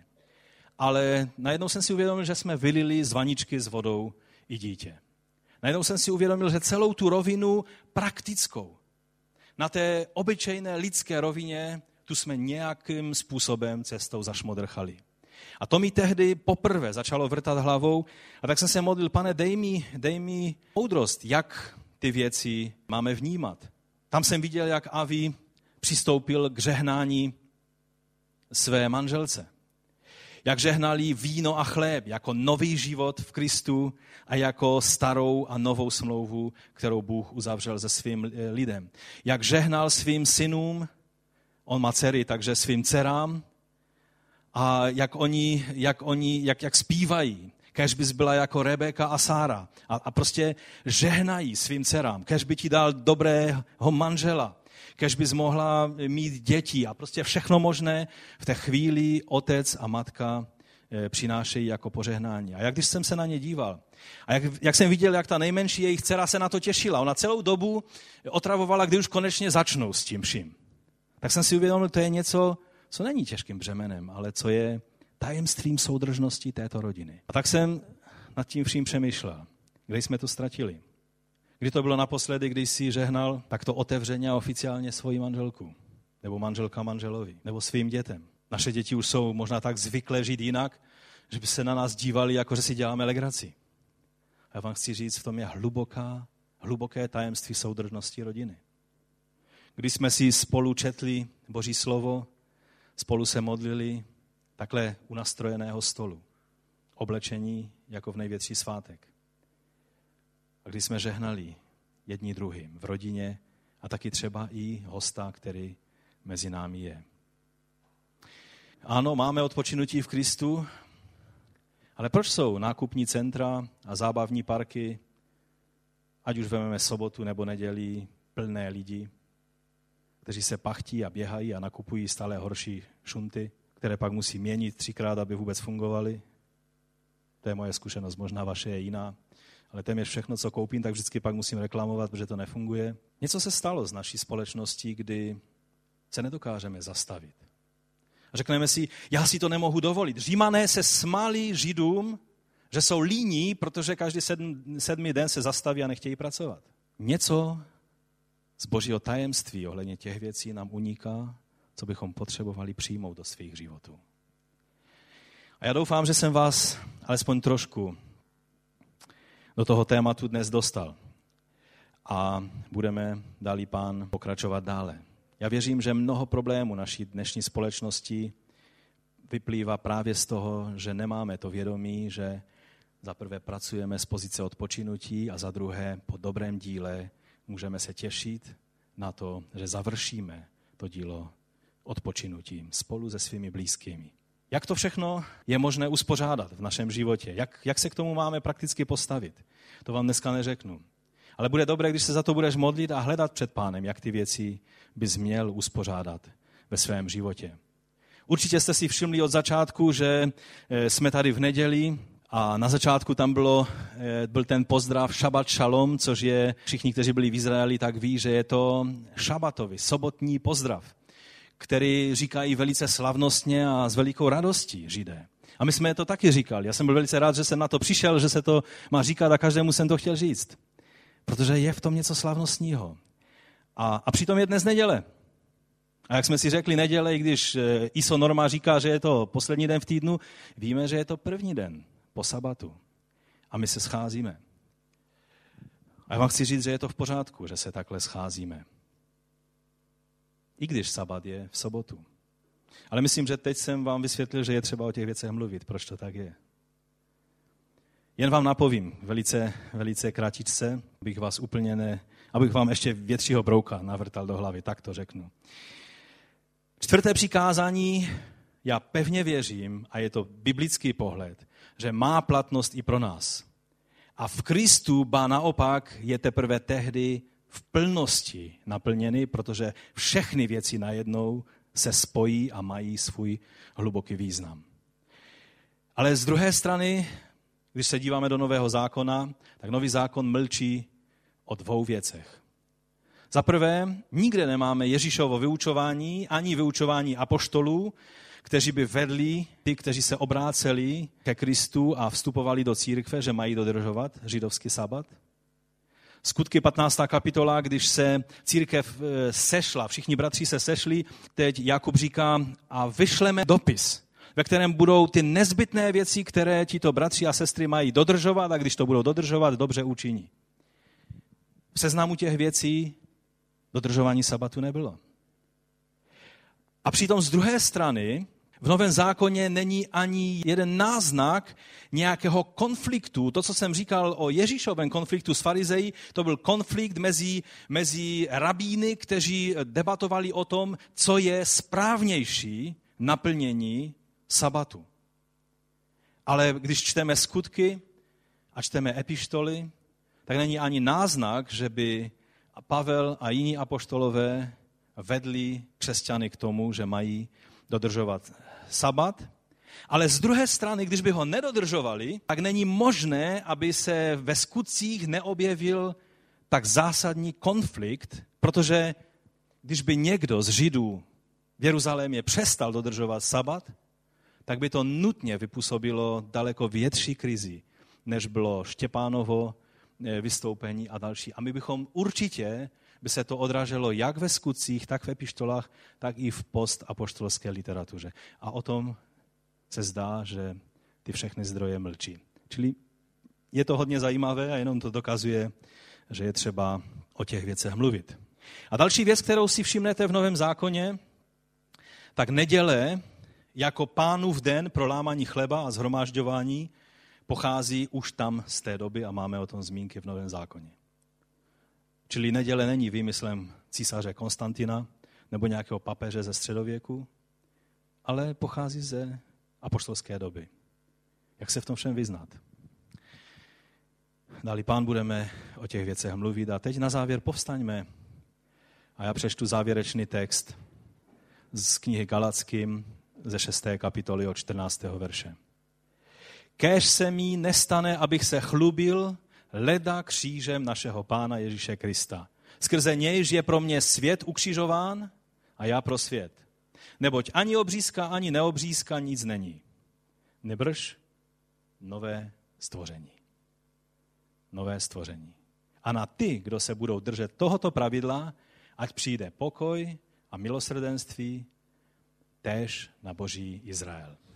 Ale najednou jsem si uvědomil, že jsme vylili z vaničky s vodou i dítě. Najednou jsem si uvědomil, že celou tu rovinu praktickou, na té obyčejné lidské rovině, tu jsme nějakým způsobem cestou zašmodrchali. A to mi tehdy poprvé začalo vrtat hlavou a tak jsem se modlil, Pane, dej mi, dej mi moudrost, jak ty věci máme vnímat. Tam jsem viděl, jak Avi přistoupil k žehnání své manželce. Jak žehnali víno a chléb jako nový život v Kristu a jako starou a novou smlouvu, kterou Bůh uzavřel se svým lidem. Jak žehnal svým synům, on má dcery, takže svým dcerám, a jak oni, jak oni, jak, jak zpívají, kež bys byla jako Rebeka a Sára. A, a prostě žehnají svým dcerám, kež by ti dal dobrého manžela, kež bys mohla mít děti a prostě všechno možné v té chvíli otec a matka přinášejí jako požehnání. A jak když jsem se na ně díval a jak, jak jsem viděl, jak ta nejmenší jejich dcera se na to těšila, ona celou dobu otravovala, kdy už konečně začnou s tím vším. Tak jsem si uvědomil, to je něco, co není těžkým břemenem, ale co je tajemstvím soudržnosti této rodiny. A tak jsem nad tím vším přemýšlel, kde jsme to ztratili. Kdy to bylo naposledy, když jsi žehnal takto otevřeně a oficiálně svoji manželku, nebo manželka manželovi, nebo svým dětem. Naše děti už jsou možná tak zvyklé žít jinak, že by se na nás dívali, jako že si děláme legraci. A já vám chci říct, v tom je hluboká, hluboké tajemství soudržnosti rodiny. Když jsme si spolu četli Boží slovo, spolu se modlili takhle u nastrojeného stolu, oblečení jako v největší svátek. A když jsme žehnali jedni druhým v rodině a taky třeba i hosta, který mezi námi je. Ano, máme odpočinutí v Kristu, ale proč jsou nákupní centra a zábavní parky, ať už vezmeme sobotu nebo neděli, plné lidi, kteří se pachtí a běhají a nakupují stále horší šunty, které pak musí měnit třikrát, aby vůbec fungovaly? To je moje zkušenost, možná vaše je jiná. Ale téměř všechno, co koupím, tak vždycky pak musím reklamovat, protože to nefunguje. Něco se stalo z naší společnosti, kdy se nedokážeme zastavit. A řekneme si, já si to nemohu dovolit. Římané se smáli Židům, že jsou líní, protože každý sedm, sedmý den se zastaví a nechtějí pracovat. Něco z Božího tajemství ohledně těch věcí nám uniká, co bychom potřebovali přijmout do svých životů. A já doufám, že jsem vás alespoň trošku do toho tématu dnes dostal. A budeme, dálí Pán, pokračovat dále. Já věřím, že mnoho problémů naší dnešní společnosti vyplývá právě z toho, že nemáme to vědomí, že za prvé pracujeme z pozice odpočinutí a za druhé po dobrém díle můžeme se těšit na to, že završíme to dílo odpočinutím spolu se svými blízkými. Jak to všechno je možné uspořádat v našem životě? Jak, jak se k tomu máme prakticky postavit? To vám dneska neřeknu. Ale bude dobré, když se za to budeš modlit a hledat před Pánem, jak ty věci bys měl uspořádat ve svém životě. Určitě jste si všimli od začátku, že jsme tady v neděli a na začátku tam bylo, byl ten pozdrav Šabat Šalom, což je, všichni, kteří byli v Izraeli, tak ví, že je to šabatový, sobotní pozdrav, který říkají velice slavnostně a s velikou radostí Židé. A my jsme to taky říkali. Já jsem byl velice rád, že jsem na to přišel, že se to má říkat a každému jsem to chtěl říct. Protože je v tom něco slavnostního. A, a přitom je dnes neděle. A jak jsme si řekli neděle, i když I S O norma říká, že je to poslední den v týdnu, víme, že je to první den po sabatu. A my se scházíme. A já vám chci říct, že je to v pořádku, že se takhle scházíme. I když sabat je v sobotu. Ale myslím, že teď jsem vám vysvětlil, že je třeba o těch věcech mluvit. Proč to tak je? Jen vám napovím velice, velice kratičce, abych vás úplně ne, abych vám ještě většího brouka navrtal do hlavy, tak to řeknu. Čtvrté přikázání, já pevně věřím, a je to biblický pohled, že má platnost i pro nás. A v Kristu, ba naopak, je teprve tehdy v plnosti naplněny, protože všechny věci najednou se spojí a mají svůj hluboký význam. Ale z druhé strany, když se díváme do Nového zákona, tak Nový zákon mlčí o dvou věcech. Za prvé, nikde nemáme Ježíšovo vyučování, ani vyučování apoštolů, kteří by vedli ty, kteří se obráceli ke Kristu a vstupovali do církve, že mají dodržovat židovský sabat. Skutky patnáctá kapitola, když se církev sešla, všichni bratři se sešli, teď Jakub říká, a vyšleme dopis. ve kterém budou ty nezbytné věci, které tito bratři a sestry mají dodržovat a když to budou dodržovat, dobře učiní. V seznamu těch věcí dodržování sabatu nebylo. A přitom z druhé strany v Novém zákoně není ani jeden náznak nějakého konfliktu. To, co jsem říkal o Ježíšovém konfliktu s farizeji, to byl konflikt mezi, mezi rabíny, kteří debatovali o tom, co je správnější naplnění sabatu. Ale když čteme skutky a čteme epištoly, tak není ani náznak, že by Pavel a jiní apoštolové vedli křesťany k tomu, že mají dodržovat sabat. Ale z druhé strany, když by ho nedodržovali, tak není možné, aby se ve skutcích neobjevil tak zásadní konflikt, protože když by někdo z Židů v Jeruzalémě přestal dodržovat sabat, tak by to nutně vypůsobilo daleko větší krizi, než bylo Štěpánovo vystoupení a další. A my bychom určitě, by se to odráželo jak ve skutcích, tak v epištolách, tak i v postapoštolské literatuře. A o tom se zdá, že ty všechny zdroje mlčí. Čili je to hodně zajímavé a jenom to dokazuje, že je třeba o těch věcech mluvit. A další věc, kterou si všimnete v Novém zákoně, tak neděle jako Pánův den pro lámání chleba a shromážďování pochází už tam z té doby a máme o tom zmínky v Novém zákoně. Čili neděle není výmyslem císaře Konstantina nebo nějakého papeže ze středověku, ale pochází ze apoštolské doby. Jak se v tom všem vyznat? Dali Pán budeme o těch věcech mluvit a teď na závěr povstaňme a já přečtu závěrečný text z knihy Galackým ze šesté kapitoly od čtrnáctého verše. Kéž se mi nestane, abych se chlubil leda křížem našeho Pána Ježíše Krista. Skrze nějž je pro mě svět ukřižován a já pro svět. Neboť ani obřízka, ani neobřízka nic není. Nebrž nové stvoření. Nové stvoření. A na ty, kdo se budou držet tohoto pravidla, ať přijde pokoj a milosrdenství též na Boží Izrael.